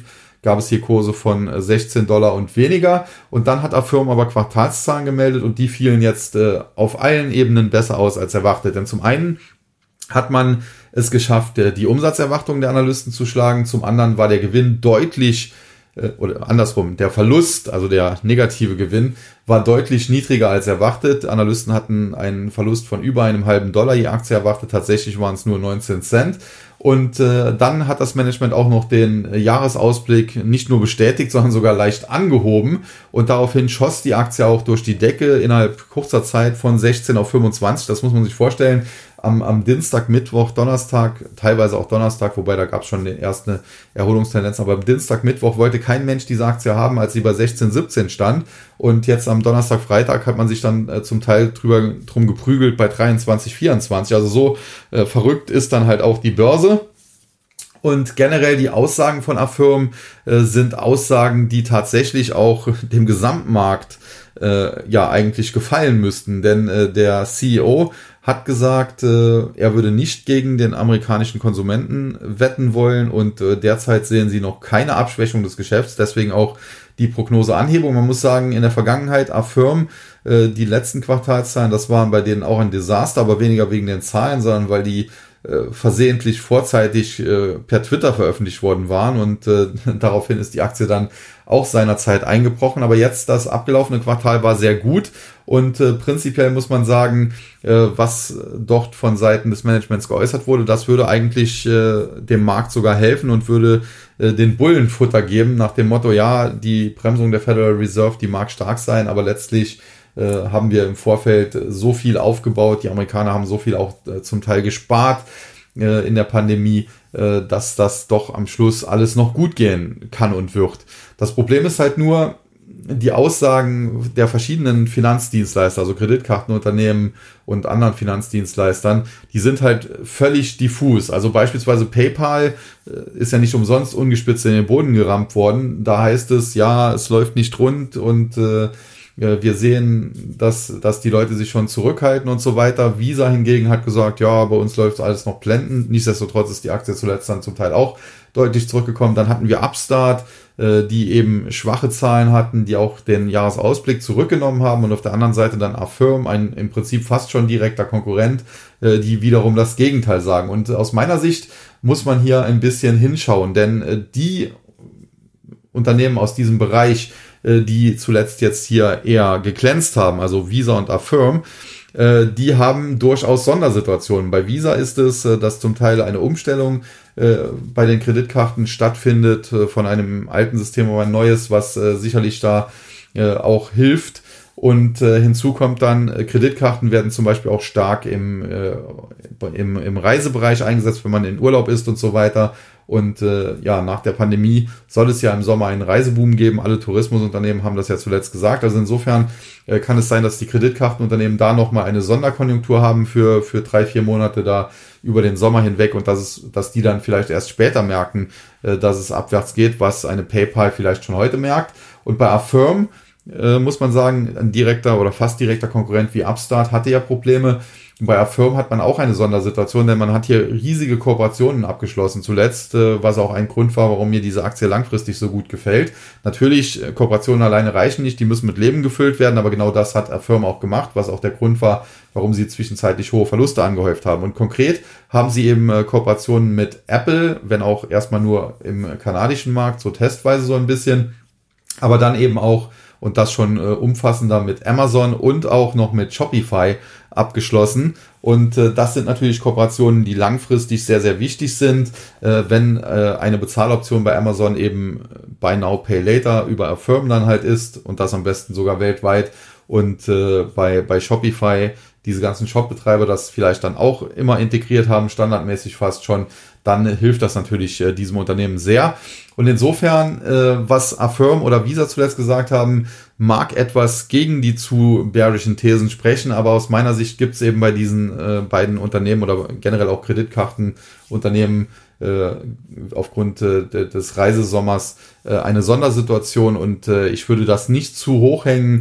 gab es hier Kurse von sechzehn Dollar und weniger. Und dann hat Affirm aber Quartalszahlen gemeldet und die fielen jetzt äh, auf allen Ebenen besser aus als erwartet. Denn zum einen hat man es geschafft, die Umsatzerwartungen der Analysten zu schlagen. Zum anderen war der Gewinn deutlich, äh, oder andersrum, der Verlust, also der negative Gewinn, war deutlich niedriger als erwartet. Analysten hatten einen Verlust von über einem halben Dollar je Aktie erwartet. Tatsächlich waren es nur neunzehn Cent. Und äh, dann hat das Management auch noch den Jahresausblick nicht nur bestätigt, sondern sogar leicht angehoben. Und daraufhin schoss die Aktie auch durch die Decke innerhalb kurzer Zeit von sechzehn auf fünfundzwanzig. Das muss man sich vorstellen. Am, am Dienstag, Mittwoch, Donnerstag, teilweise auch Donnerstag, wobei da gab es schon erst eine Erholungstendenz, aber am Dienstag, Mittwoch wollte kein Mensch diese Aktie haben, als sie bei sechzehn, siebzehn stand. Und jetzt am Donnerstag, Freitag hat man sich dann äh, zum Teil drüber drum geprügelt bei dreiundzwanzig, vierundzwanzig. Also so äh, verrückt ist dann halt auch die Börse. Und generell die Aussagen von Affirm äh, sind Aussagen, die tatsächlich auch dem Gesamtmarkt äh, ja eigentlich gefallen müssten. Denn äh, der C E O hat gesagt, äh, er würde nicht gegen den amerikanischen Konsumenten wetten wollen und äh, derzeit sehen sie noch keine Abschwächung des Geschäfts, deswegen auch die Prognoseanhebung. Man muss sagen, in der Vergangenheit Affirm, äh, die letzten Quartalszahlen, das waren bei denen auch ein Desaster, aber weniger wegen den Zahlen, sondern weil die äh, versehentlich vorzeitig äh, per Twitter veröffentlicht worden waren und äh, daraufhin ist die Aktie dann auch seinerzeit eingebrochen. Aber jetzt das abgelaufene Quartal war sehr gut und äh, prinzipiell muss man sagen, äh, was dort von Seiten des Managements geäußert wurde, das würde eigentlich äh, dem Markt sogar helfen und würde äh, den Bullen Futter geben nach dem Motto, ja, die Bremsung der Federal Reserve, die mag stark sein, aber letztlich äh, haben wir im Vorfeld so viel aufgebaut, die Amerikaner haben so viel auch äh, zum Teil gespart äh, in der Pandemie, äh, dass das doch am Schluss alles noch gut gehen kann und wird. Das Problem ist halt nur, die Aussagen der verschiedenen Finanzdienstleister, also Kreditkartenunternehmen und anderen Finanzdienstleistern, die sind halt völlig diffus. Also beispielsweise PayPal ist ja nicht umsonst ungespitzt in den Boden gerammt worden. Da heißt es, ja, es läuft nicht rund und äh, wir sehen, dass, dass die Leute sich schon zurückhalten und so weiter. Visa hingegen hat gesagt, ja, bei uns läuft alles noch blendend. Nichtsdestotrotz ist die Aktie zuletzt dann zum Teil auch deutlich zurückgekommen. Dann hatten wir Upstart, die eben schwache Zahlen hatten, die auch den Jahresausblick zurückgenommen haben und auf der anderen Seite dann Affirm, ein im Prinzip fast schon direkter Konkurrent, die wiederum das Gegenteil sagen. Und aus meiner Sicht muss man hier ein bisschen hinschauen, denn die Unternehmen aus diesem Bereich, die zuletzt jetzt hier eher geglänzt haben, also Visa und Affirm, die haben durchaus Sondersituationen. Bei Visa ist es, dass zum Teil eine Umstellung bei den Kreditkarten stattfindet von einem alten System auf ein neues, was sicherlich da auch hilft. Und hinzu kommt dann, Kreditkarten werden zum Beispiel auch stark im, im, im Reisebereich eingesetzt, wenn man in Urlaub ist und so weiter. Und äh, ja, nach der Pandemie soll es ja im Sommer einen Reiseboom geben. Alle Tourismusunternehmen haben das ja zuletzt gesagt. Also insofern äh, kann es sein, dass die Kreditkartenunternehmen da nochmal eine Sonderkonjunktur haben für für drei, vier Monate da über den Sommer hinweg und dass es, dass die dann vielleicht erst später merken, äh, dass es abwärts geht, was eine PayPal vielleicht schon heute merkt. Und bei Affirm äh, muss man sagen, ein direkter oder fast direkter Konkurrent wie Upstart hatte ja Probleme. Bei Affirm hat man auch eine Sondersituation, denn man hat hier riesige Kooperationen abgeschlossen zuletzt, was auch ein Grund war, warum mir diese Aktie langfristig so gut gefällt. Natürlich, Kooperationen alleine reichen nicht, die müssen mit Leben gefüllt werden, aber genau das hat Affirm auch gemacht, was auch der Grund war, warum sie zwischenzeitlich hohe Verluste angehäuft haben. Und konkret haben sie eben Kooperationen mit Apple, wenn auch erstmal nur im kanadischen Markt, so testweise so ein bisschen, aber dann eben auch, und das schon äh, umfassender, mit Amazon und auch noch mit Shopify abgeschlossen. Und äh, das sind natürlich Kooperationen, die langfristig sehr, sehr wichtig sind. Äh, wenn äh, eine Bezahloption bei Amazon eben Buy Now, Pay Later über Affirm dann halt ist und das am besten sogar weltweit. Und äh, bei, bei Shopify diese ganzen Shopbetreiber das vielleicht dann auch immer integriert haben, standardmäßig fast schon, dann hilft das natürlich äh, diesem Unternehmen sehr. Und insofern, äh, was Affirm oder Visa zuletzt gesagt haben, mag etwas gegen die zu bearischen Thesen sprechen, aber aus meiner Sicht gibt es eben bei diesen äh, beiden Unternehmen oder generell auch Kreditkartenunternehmen äh, aufgrund äh, des Reisesommers äh, eine Sondersituation und äh, ich würde das nicht zu hoch hängen,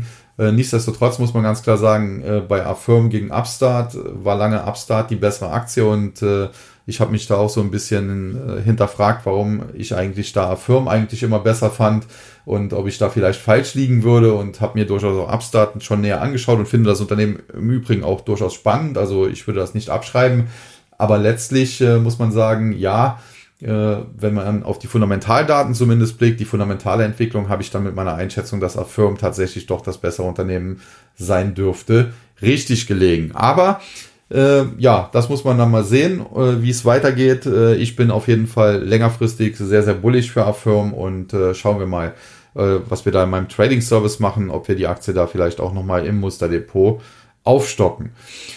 Äh, nichtsdestotrotz muss man ganz klar sagen, äh, bei Affirm gegen Upstart war lange Upstart die bessere Aktie und äh, ich habe mich da auch so ein bisschen äh, hinterfragt, warum ich eigentlich da Affirm eigentlich immer besser fand und ob ich da vielleicht falsch liegen würde und habe mir durchaus auch Upstart schon näher angeschaut und finde das Unternehmen im Übrigen auch durchaus spannend. Also ich würde das nicht abschreiben, aber letztlich äh, muss man sagen, ja, äh, wenn man auf die Fundamentaldaten zumindest blickt, die fundamentale Entwicklung, habe ich dann mit meiner Einschätzung, dass Affirm tatsächlich doch das bessere Unternehmen sein dürfte, richtig gelegen. Aber Äh, ja, das muss man dann mal sehen, äh, wie es weitergeht. Äh, ich bin auf jeden Fall längerfristig sehr, sehr bullish für Affirm und äh, schauen wir mal, äh, was wir da in meinem Trading Service machen, ob wir die Aktie da vielleicht auch nochmal im Musterdepot aufstocken.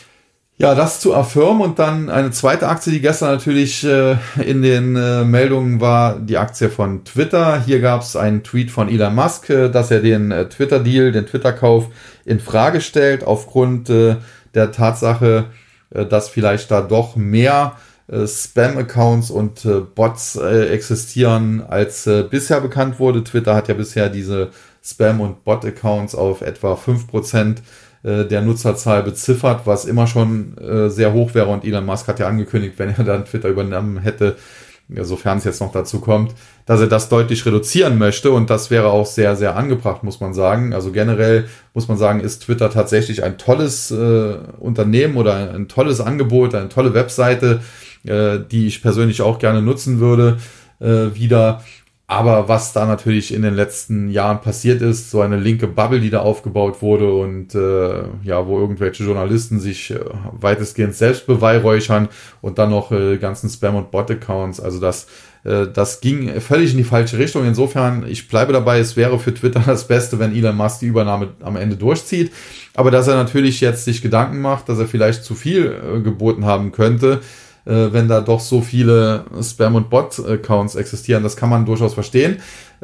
Ja, das zu Affirm und dann eine zweite Aktie, die gestern natürlich äh, in den äh, Meldungen war, die Aktie von Twitter. Hier gab es einen Tweet von Elon Musk, äh, dass er den äh, Twitter-Deal, den Twitter-Kauf in Frage stellt aufgrund äh, der Tatsache, dass vielleicht da doch mehr äh, Spam-Accounts und äh, Bots äh, existieren, als äh, bisher bekannt wurde. Twitter hat ja bisher diese Spam- und Bot-Accounts auf etwa fünf Prozent äh, der Nutzerzahl beziffert, was immer schon äh, sehr hoch wäre. Und Elon Musk hat ja angekündigt, wenn er dann Twitter übernommen hätte, sofern es jetzt noch dazu kommt, dass er das deutlich reduzieren möchte und das wäre auch sehr, sehr angebracht, muss man sagen. Also generell muss man sagen, ist Twitter tatsächlich ein tolles äh, Unternehmen oder ein tolles Angebot, eine tolle Webseite, äh, die ich persönlich auch gerne nutzen würde äh, wieder. Aber was da natürlich in den letzten Jahren passiert ist, so eine linke Bubble, die da aufgebaut wurde und äh, ja, wo irgendwelche Journalisten sich äh, weitestgehend selbst beweihräuchern und dann noch äh, ganzen Spam- und Bot-Accounts, also das, äh, das ging völlig in die falsche Richtung. Insofern, ich bleibe dabei, es wäre für Twitter das Beste, wenn Elon Musk die Übernahme am Ende durchzieht. Aber dass er natürlich jetzt sich Gedanken macht, dass er vielleicht zu viel äh, geboten haben könnte, wenn da doch so viele Spam- und Bot-Accounts existieren. Das kann man durchaus verstehen.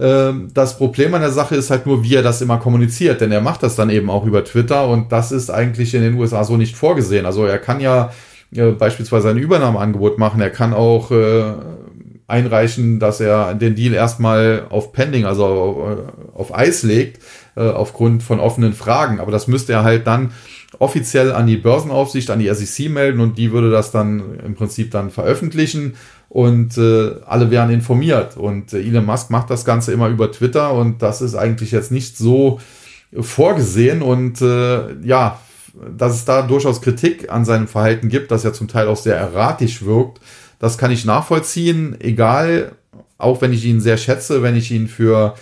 Das Problem an der Sache ist halt nur, wie er das immer kommuniziert, denn er macht das dann eben auch über Twitter und das ist eigentlich in den U S A so nicht vorgesehen. Also er kann ja beispielsweise ein Übernahmeangebot machen, er kann auch einreichen, dass er den Deal erstmal auf Pending, also auf Eis legt, aufgrund von offenen Fragen. Aber das müsste er halt dann offiziell an die Börsenaufsicht, an die S E C melden und die würde das dann im Prinzip dann veröffentlichen und äh, alle wären informiert. Und äh, Elon Musk macht das Ganze immer über Twitter und das ist eigentlich jetzt nicht so vorgesehen und äh, ja, dass es da durchaus Kritik an seinem Verhalten gibt, dass er zum Teil auch sehr erratisch wirkt, das kann ich nachvollziehen, egal, auch wenn ich ihn sehr schätze, wenn ich ihn für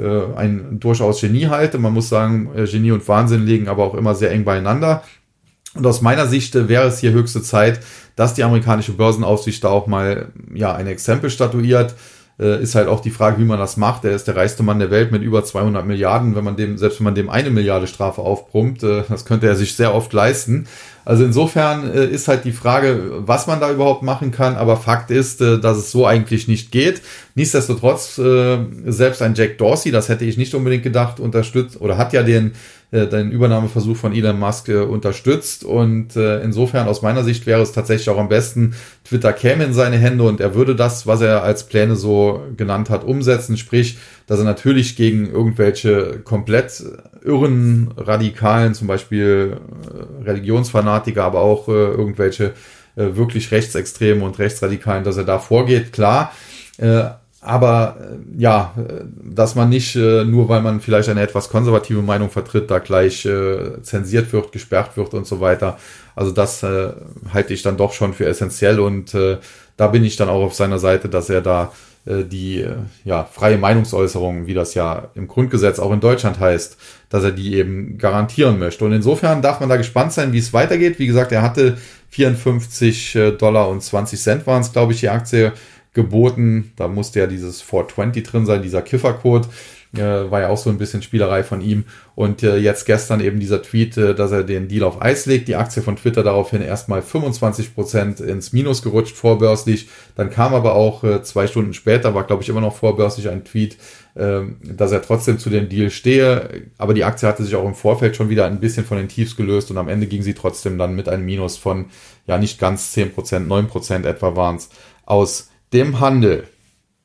ein durchaus Genie halte. Man muss sagen, Genie und Wahnsinn liegen aber auch immer sehr eng beieinander. Und aus meiner Sicht wäre es hier höchste Zeit, dass die amerikanische Börsenaufsicht da auch mal ja ein Exempel statuiert. Äh, ist halt auch die Frage, wie man das macht. Er ist der reichste Mann der Welt mit über zweihundert Milliarden. Wenn man dem, selbst wenn man dem eine Milliarde Strafe aufbrummt, äh, das könnte er sich sehr oft leisten. Also insofern äh, ist halt die Frage, was man da überhaupt machen kann. Aber Fakt ist, äh, dass es so eigentlich nicht geht. Nichtsdestotrotz, äh, selbst ein Jack Dorsey, das hätte ich nicht unbedingt gedacht, unterstützt oder hat ja den den Übernahmeversuch von Elon Musk äh, unterstützt und äh, insofern aus meiner Sicht wäre es tatsächlich auch am besten, Twitter käme in seine Hände und er würde das, was er als Pläne so genannt hat, umsetzen, sprich, dass er natürlich gegen irgendwelche komplett irren Radikalen, zum Beispiel äh, Religionsfanatiker, aber auch äh, irgendwelche äh, wirklich Rechtsextremen und Rechtsradikalen, dass er da vorgeht, klar, äh, aber äh, ja, dass man nicht, äh, nur weil man vielleicht eine etwas konservative Meinung vertritt, da gleich äh, zensiert wird, gesperrt wird und so weiter. Also das äh, halte ich dann doch schon für essentiell und äh, da bin ich dann auch auf seiner Seite, dass er da äh, die äh, ja, freie Meinungsäußerung, wie das ja im Grundgesetz auch in Deutschland heißt, dass er die eben garantieren möchte. Und insofern darf man da gespannt sein, wie es weitergeht. Wie gesagt, er hatte vierundfünfzig Dollar und zwanzig Cent waren es, glaube ich, die Aktie geboten. Da musste ja dieses vier zwanzig drin sein, dieser Kiffercode. Äh, war ja auch so ein bisschen Spielerei von ihm. Und äh, jetzt gestern eben dieser Tweet, äh, dass er den Deal auf Eis legt. Die Aktie von Twitter daraufhin erstmal fünfundzwanzig Prozent ins Minus gerutscht, vorbörslich. Dann kam aber auch äh, zwei Stunden später, war glaube ich immer noch vorbörslich ein Tweet, äh, dass er trotzdem zu dem Deal stehe. Aber die Aktie hatte sich auch im Vorfeld schon wieder ein bisschen von den Tiefs gelöst und am Ende ging sie trotzdem dann mit einem Minus von, ja nicht ganz zehn Prozent, neun Prozent etwa waren es, aus dem Handel.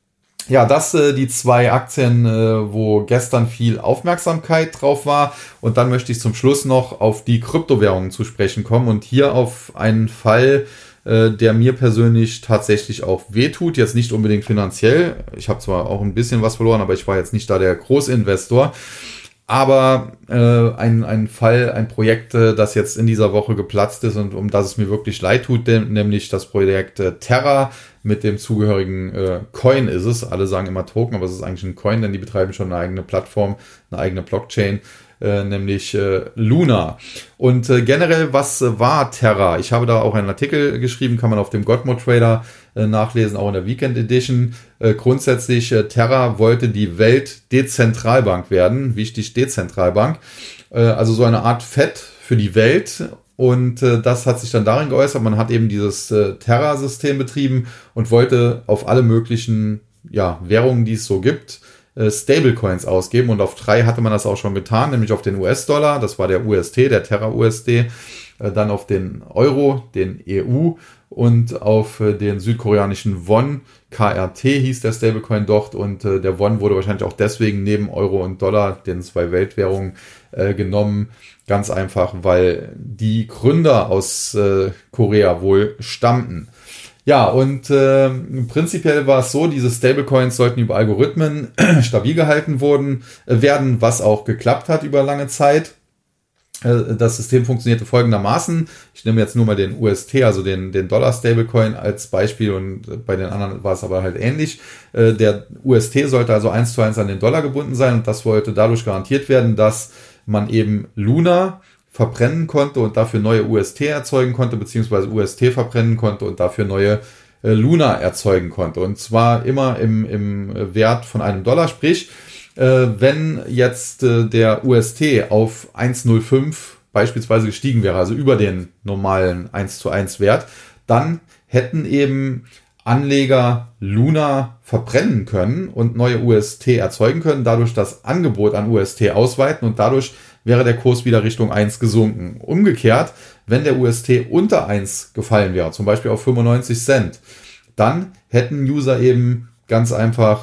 Ja, das äh, die zwei Aktien, äh, wo gestern viel Aufmerksamkeit drauf war. Und dann möchte ich zum Schluss noch auf die Kryptowährungen zu sprechen kommen und hier auf einen Fall, äh, der mir persönlich tatsächlich auch wehtut. Jetzt nicht unbedingt finanziell. Ich habe zwar auch ein bisschen was verloren, aber ich war jetzt nicht da der Großinvestor. Aber äh, ein, ein Fall, ein Projekt, äh, das jetzt in dieser Woche geplatzt ist und um das es mir wirklich leid tut, denn, nämlich das Projekt äh, Terra mit dem zugehörigen äh, Coin ist es. Alle sagen immer Token, aber es ist eigentlich ein Coin, denn die betreiben schon eine eigene Plattform, eine eigene Blockchain, äh, nämlich äh, Luna. Und äh, generell, was äh, war Terra? Ich habe da auch einen Artikel geschrieben, kann man auf dem Godmode Trader äh, nachlesen, auch in der Weekend Edition. Äh, grundsätzlich, äh, Terra wollte die Welt-Dezentralbank werden. Wichtig, Dezentralbank. Äh, also so eine Art Fed für die Welt. Und äh, das hat sich dann darin geäußert, man hat eben dieses äh, Terra-System betrieben und wollte auf alle möglichen ja, Währungen, die es so gibt, äh, Stablecoins ausgeben. Und auf drei hatte man das auch schon getan, nämlich auf den U S-Dollar, das war der U S T, der Terra-U S D, äh, dann auf den Euro, den E U und auf äh, den südkoreanischen Won, K R T hieß der Stablecoin dort. Und äh, der Won wurde wahrscheinlich auch deswegen neben Euro und Dollar, den zwei Weltwährungen, äh, genommen. Ganz einfach, weil die Gründer aus äh, Korea wohl stammten. Ja, und äh, prinzipiell war es so, diese Stablecoins sollten über Algorithmen stabil gehalten wurden, äh, werden, was auch geklappt hat über lange Zeit. Äh, das System funktionierte folgendermaßen. Ich nehme jetzt nur mal den U S T, also den, den Dollar-Stablecoin als Beispiel, und bei den anderen war es aber halt ähnlich. Äh, der U S T sollte also eins zu eins an den Dollar gebunden sein, und das wollte dadurch garantiert werden, dass man eben Luna verbrennen konnte und dafür neue U S T erzeugen konnte, beziehungsweise U S T verbrennen konnte und dafür neue äh, Luna erzeugen konnte. Und zwar immer im, im Wert von einem Dollar, sprich, äh, wenn jetzt äh, der U S T auf eins Komma null fünf beispielsweise gestiegen wäre, also über den normalen eins zu eins Wert, dann hätten eben Anleger Luna verbrennen können und neue U S T erzeugen können, dadurch das Angebot an U S T ausweiten, und dadurch wäre der Kurs wieder Richtung eins gesunken. Umgekehrt, wenn der U S T unter eins gefallen wäre, zum Beispiel auf fünfundneunzig Cent, dann hätten User eben ganz einfach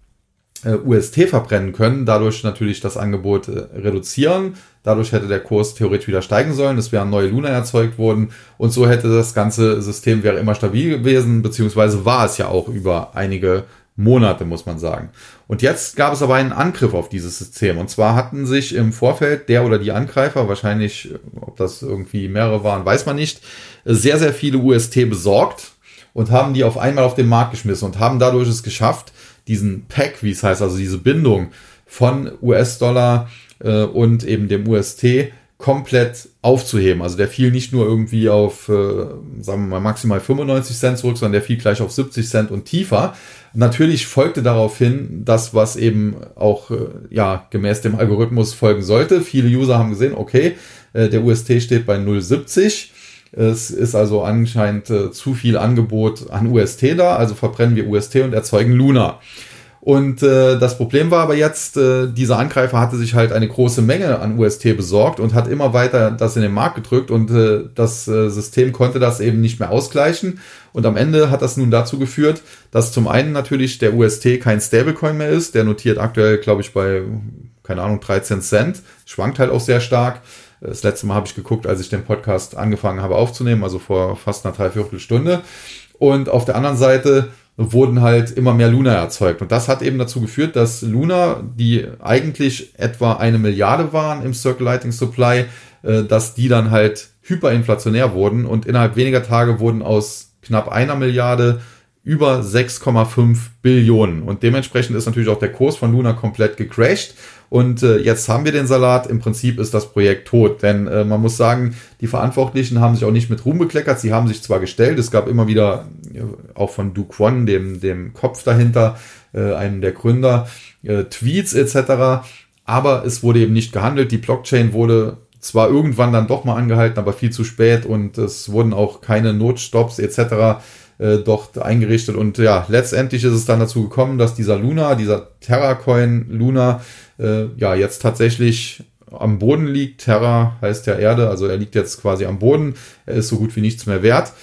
äh, U S T verbrennen können, dadurch natürlich das Angebot äh, reduzieren. Dadurch hätte der Kurs theoretisch wieder steigen sollen, es wären neue Luna erzeugt worden, und so hätte das ganze System wäre immer stabil gewesen, beziehungsweise war es ja auch über einige Monate, muss man sagen. Und jetzt gab es aber einen Angriff auf dieses System, und zwar hatten sich im Vorfeld der oder die Angreifer, wahrscheinlich, ob das irgendwie mehrere waren, weiß man nicht, sehr, sehr viele U S T besorgt und haben die auf einmal auf den Markt geschmissen und haben dadurch es geschafft, diesen Pack, wie es heißt, also diese Bindung von U S-Dollar äh, und eben dem U S T komplett aufzuheben. Also der fiel nicht nur irgendwie auf, äh, sagen wir mal, maximal fünfundneunzig Cent zurück, sondern der fiel gleich auf siebzig Cent und tiefer. Natürlich folgte daraufhin das, was eben auch äh, ja gemäß dem Algorithmus folgen sollte. Viele User haben gesehen, okay, äh, der U S T steht bei null Komma siebzig. Es ist also anscheinend äh, zu viel Angebot an U S T da, also verbrennen wir U S T und erzeugen Luna. Und äh, das Problem war aber jetzt, äh, dieser Angreifer hatte sich halt eine große Menge an U S T besorgt und hat immer weiter das in den Markt gedrückt, und äh, das äh, System konnte das eben nicht mehr ausgleichen. Und am Ende hat das nun dazu geführt, dass zum einen natürlich der U S T kein Stablecoin mehr ist. Der notiert aktuell, glaube ich, bei, keine Ahnung, dreizehn Cent. Schwankt halt auch sehr stark. Das letzte Mal habe ich geguckt, als ich den Podcast angefangen habe aufzunehmen, also vor fast einer Dreiviertelstunde. Und auf der anderen Seite wurden halt immer mehr Luna erzeugt. Und das hat eben dazu geführt, dass Luna, die eigentlich etwa eine Milliarde waren im Circulating Supply, äh, dass die dann halt hyperinflationär wurden, und innerhalb weniger Tage wurden aus knapp einer Milliarde über sechs Komma fünf Billionen. Und dementsprechend ist natürlich auch der Kurs von Luna komplett gecrashed. Und äh, jetzt haben wir den Salat. Im Prinzip ist das Projekt tot. Denn äh, man muss sagen, die Verantwortlichen haben sich auch nicht mit Ruhm bekleckert. Sie haben sich zwar gestellt, es gab immer wieder, äh, auch von Do Kwon, dem, dem Kopf dahinter, äh, einem der Gründer, äh, Tweets et cetera. Aber es wurde eben nicht gehandelt. Die Blockchain wurde zwar irgendwann dann doch mal angehalten, aber viel zu spät. Und es wurden auch keine Notstops et cetera dort eingerichtet, und ja, letztendlich ist es dann dazu gekommen, dass dieser Luna, dieser Terra-Coin Luna, äh, ja, jetzt tatsächlich am Boden liegt. Terra heißt ja Erde, also er liegt jetzt quasi am Boden, er ist so gut wie nichts mehr wert.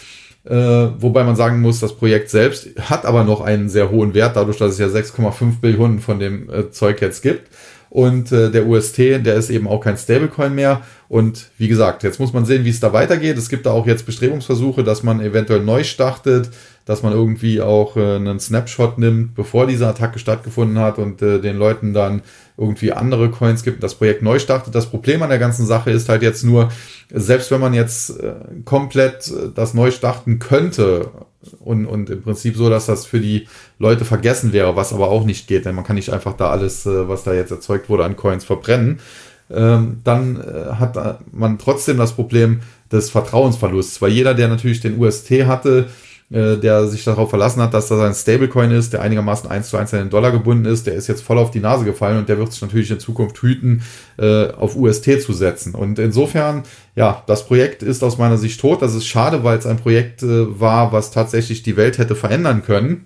Äh, wobei man sagen muss, das Projekt selbst hat aber noch einen sehr hohen Wert, dadurch, dass es ja sechs Komma fünf Billionen von dem äh, Zeug jetzt gibt. Und äh, der U S T, der ist eben auch kein Stablecoin mehr. Und wie gesagt, jetzt muss man sehen, wie es da weitergeht. Es gibt da auch jetzt Bestrebungsversuche, dass man eventuell neu startet, dass man irgendwie auch äh, einen Snapshot nimmt, bevor diese Attacke stattgefunden hat und äh, den Leuten dann irgendwie andere Coins gibt und das Projekt neu startet. Das Problem an der ganzen Sache ist halt jetzt nur, selbst wenn man jetzt äh, komplett äh, das neu starten könnte und, und im Prinzip so, dass das für die Leute vergessen wäre, was aber auch nicht geht, denn man kann nicht einfach da alles, äh, was da jetzt erzeugt wurde, an Coins verbrennen, ähm, dann äh, hat man trotzdem das Problem des Vertrauensverlusts, weil jeder, der natürlich den U S T hatte, der sich darauf verlassen hat, dass das ein Stablecoin ist, der einigermaßen eins zu eins an den Dollar gebunden ist, der ist jetzt voll auf die Nase gefallen und der wird sich natürlich in Zukunft hüten, äh, auf U S T zu setzen. Und insofern, ja, das Projekt ist aus meiner Sicht tot. Das ist schade, weil es ein Projekt äh, war, was tatsächlich die Welt hätte verändern können.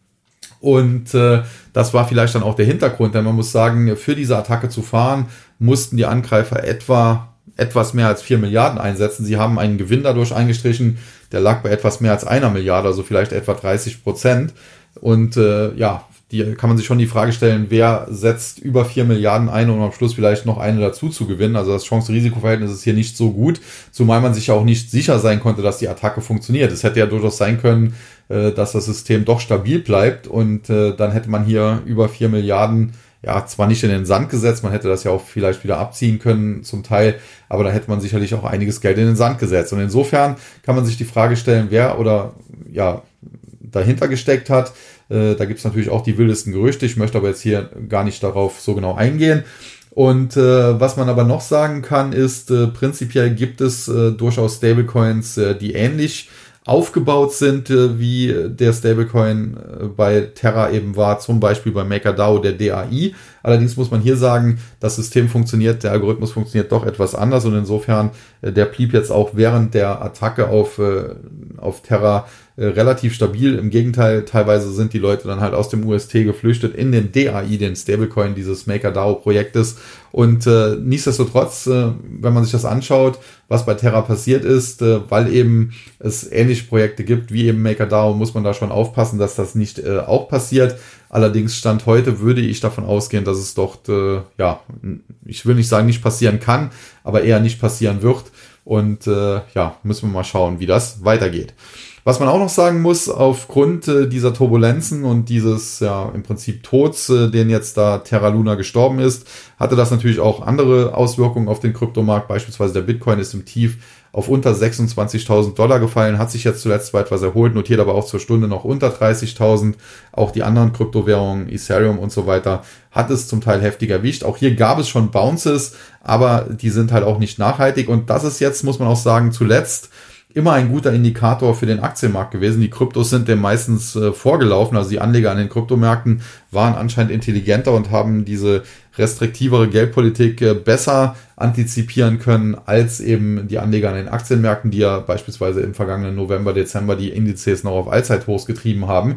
Und äh, das war vielleicht dann auch der Hintergrund, denn man muss sagen, für diese Attacke zu fahren, mussten die Angreifer etwa etwas mehr als vier Milliarden einsetzen. Sie haben einen Gewinn dadurch eingestrichen, der lag bei etwas mehr als einer Milliarde, also vielleicht etwa dreißig Prozent. Und äh, ja, die kann man sich schon die Frage stellen, wer setzt über vier Milliarden ein, um am Schluss vielleicht noch eine dazu zu gewinnen. Also das Chance-Risiko-Verhältnis ist hier nicht so gut, zumal man sich ja auch nicht sicher sein konnte, dass die Attacke funktioniert. Es hätte ja durchaus sein können, äh, dass das System doch stabil bleibt und äh, dann hätte man hier über vier Milliarden ja, zwar nicht in den Sand gesetzt, man hätte das ja auch vielleicht wieder abziehen können zum Teil, aber da hätte man sicherlich auch einiges Geld in den Sand gesetzt. Und insofern kann man sich die Frage stellen, wer oder ja dahinter gesteckt hat. Äh, da gibt es natürlich auch die wildesten Gerüchte, ich möchte aber jetzt hier gar nicht darauf so genau eingehen. Und äh, was man aber noch sagen kann, ist, äh, prinzipiell gibt es äh, durchaus Stablecoins, äh, die ähnlich aufgebaut sind, äh, wie der Stablecoin äh, bei Terra eben war, zum Beispiel bei MakerDAO, der D A I. Allerdings muss man hier sagen, das System funktioniert, der Algorithmus funktioniert doch etwas anders und insofern, äh, der blieb jetzt auch während der Attacke auf, äh, auf Terra äh, relativ stabil. Im Gegenteil, teilweise sind die Leute dann halt aus dem U S T geflüchtet in den D A I, den Stablecoin dieses MakerDAO-Projektes. Und äh, nichtsdestotrotz, äh, wenn man sich das anschaut, was bei Terra passiert ist, äh, weil eben es ähnliche Projekte gibt wie eben MakerDAO, muss man da schon aufpassen, dass das nicht äh, auch passiert. Allerdings Stand heute würde ich davon ausgehen, dass es dort, äh, ja, ich will nicht sagen, nicht passieren kann, aber eher nicht passieren wird. Und äh, ja, müssen wir mal schauen, wie das weitergeht. Was man auch noch sagen muss, aufgrund äh, dieser Turbulenzen und dieses ja im Prinzip Tods, äh, den jetzt da Terra Luna gestorben ist, hatte das natürlich auch andere Auswirkungen auf den Kryptomarkt. Beispielsweise der Bitcoin ist im Tief auf unter sechsundzwanzigtausend Dollar gefallen, hat sich jetzt zuletzt zwar etwas erholt, notiert aber auch zur Stunde noch unter dreißigtausend. Auch die anderen Kryptowährungen, Ethereum und so weiter, hat es zum Teil heftig erwischt. Auch hier gab es schon Bounces, aber die sind halt auch nicht nachhaltig. Und das ist jetzt, muss man auch sagen, zuletzt immer ein guter Indikator für den Aktienmarkt gewesen. Die Kryptos sind dem meistens äh, vorgelaufen, also die Anleger an den Kryptomärkten waren anscheinend intelligenter und haben diese restriktivere Geldpolitik äh, besser antizipieren können als eben die Anleger an den Aktienmärkten, die ja beispielsweise im vergangenen November, Dezember die Indizes noch auf Allzeithochs getrieben haben.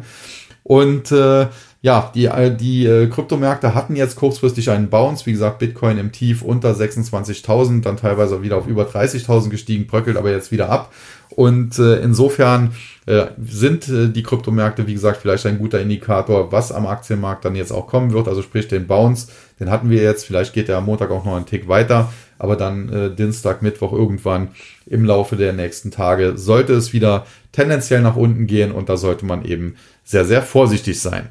Und äh, ja, die, die äh, Kryptomärkte hatten jetzt kurzfristig einen Bounce. Wie gesagt, Bitcoin im Tief unter sechsundzwanzigtausend, dann teilweise wieder auf über dreißigtausend gestiegen, bröckelt aber jetzt wieder ab. Und äh, insofern äh, sind äh, die Kryptomärkte, wie gesagt, vielleicht ein guter Indikator, was am Aktienmarkt dann jetzt auch kommen wird. Also sprich den Bounce, den hatten wir jetzt. Vielleicht geht der am Montag auch noch einen Tick weiter. Aber dann äh, Dienstag, Mittwoch irgendwann im Laufe der nächsten Tage sollte es wieder tendenziell nach unten gehen. Und da sollte man eben sehr, sehr vorsichtig sein.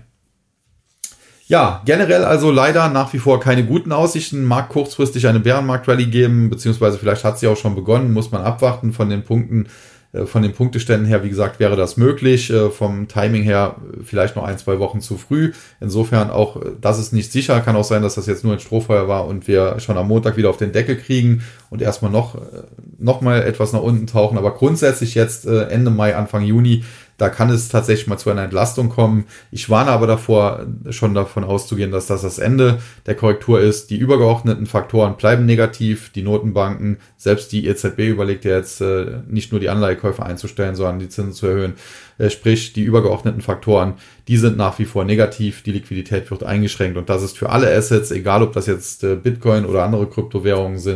Ja, generell also leider nach wie vor keine guten Aussichten. Mag kurzfristig eine Bärenmarkt-Rallye geben, beziehungsweise vielleicht hat sie auch schon begonnen, muss man abwarten von den Punkten, äh, von den Punkteständen her. Wie gesagt, wäre das möglich. Äh, vom Timing her vielleicht noch ein, zwei Wochen zu früh. Insofern auch, das ist nicht sicher. Kann auch sein, dass das jetzt nur ein Strohfeuer war und wir schon am Montag wieder auf den Deckel kriegen und erstmal noch, noch mal etwas nach unten tauchen. Aber grundsätzlich jetzt äh, Ende Mai, Anfang Juni, da kann es tatsächlich mal zu einer Entlastung kommen. Ich warne aber davor, schon davon auszugehen, dass das das Ende der Korrektur ist. Die übergeordneten Faktoren bleiben negativ. Die Notenbanken, selbst die E Z B überlegt ja jetzt äh, nicht nur die Anleihekäufe einzustellen, sondern die Zinsen zu erhöhen. Äh, sprich, die übergeordneten Faktoren, die sind nach wie vor negativ. Die Liquidität wird eingeschränkt und das ist für alle Assets, egal ob das jetzt äh, Bitcoin oder andere Kryptowährungen sind.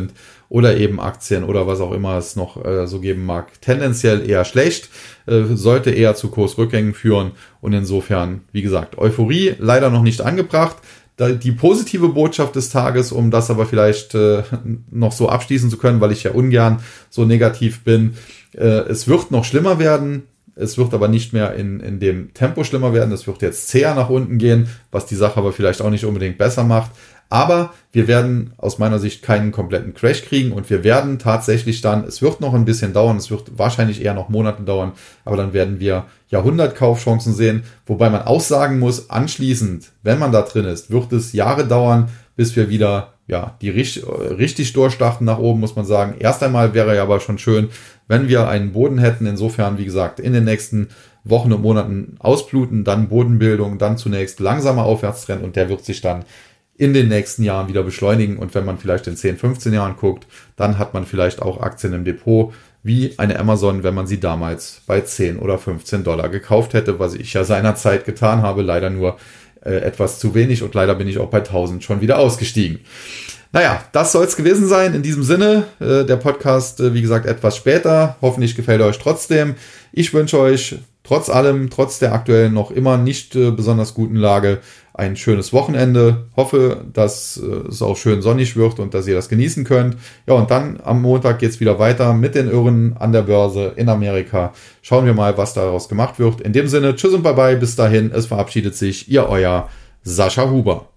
oder eben Aktien oder was auch immer es noch äh, so geben mag. Tendenziell eher schlecht, äh, sollte eher zu Kursrückgängen führen und insofern, wie gesagt, Euphorie leider noch nicht angebracht. Die positive Botschaft des Tages, um das aber vielleicht äh, noch so abschließen zu können, weil ich ja ungern so negativ bin, äh, es wird noch schlimmer werden. Es wird aber nicht mehr in, in dem Tempo schlimmer werden. Es wird jetzt zäher nach unten gehen, was die Sache aber vielleicht auch nicht unbedingt besser macht. Aber wir werden aus meiner Sicht keinen kompletten Crash kriegen und wir werden tatsächlich dann, es wird noch ein bisschen dauern, es wird wahrscheinlich eher noch Monate dauern, aber dann werden wir Jahrhundertkaufchancen sehen, wobei man auch sagen muss, anschließend, wenn man da drin ist, wird es Jahre dauern, bis wir wieder ja die richtig, richtig durchstarten nach oben, muss man sagen. Erst einmal wäre ja aber schon schön, wenn wir einen Boden hätten. Insofern, wie gesagt, in den nächsten Wochen und Monaten ausbluten, dann Bodenbildung, dann zunächst langsamer Aufwärtstrend und der wird sich dann in den nächsten Jahren wieder beschleunigen. Und wenn man vielleicht in zehn, fünfzehn Jahren guckt, dann hat man vielleicht auch Aktien im Depot, wie eine Amazon, wenn man sie damals bei zehn oder fünfzehn Dollar gekauft hätte, was ich ja seinerzeit getan habe, leider nur äh, etwas zu wenig und leider bin ich auch bei tausend schon wieder ausgestiegen. Naja, das soll es gewesen sein. In diesem Sinne, äh, der Podcast, äh, wie gesagt, etwas später. Hoffentlich gefällt er euch trotzdem. Ich wünsche euch trotz allem, trotz der aktuell noch immer nicht äh, besonders guten Lage, ein schönes Wochenende. Hoffe, dass äh, es auch schön sonnig wird und dass ihr das genießen könnt. Ja, und dann am Montag geht's wieder weiter mit den Irren an der Börse in Amerika. Schauen wir mal, was daraus gemacht wird. In dem Sinne, tschüss und bye bye. Bis dahin, es verabschiedet sich Ihr euer Sascha Huber.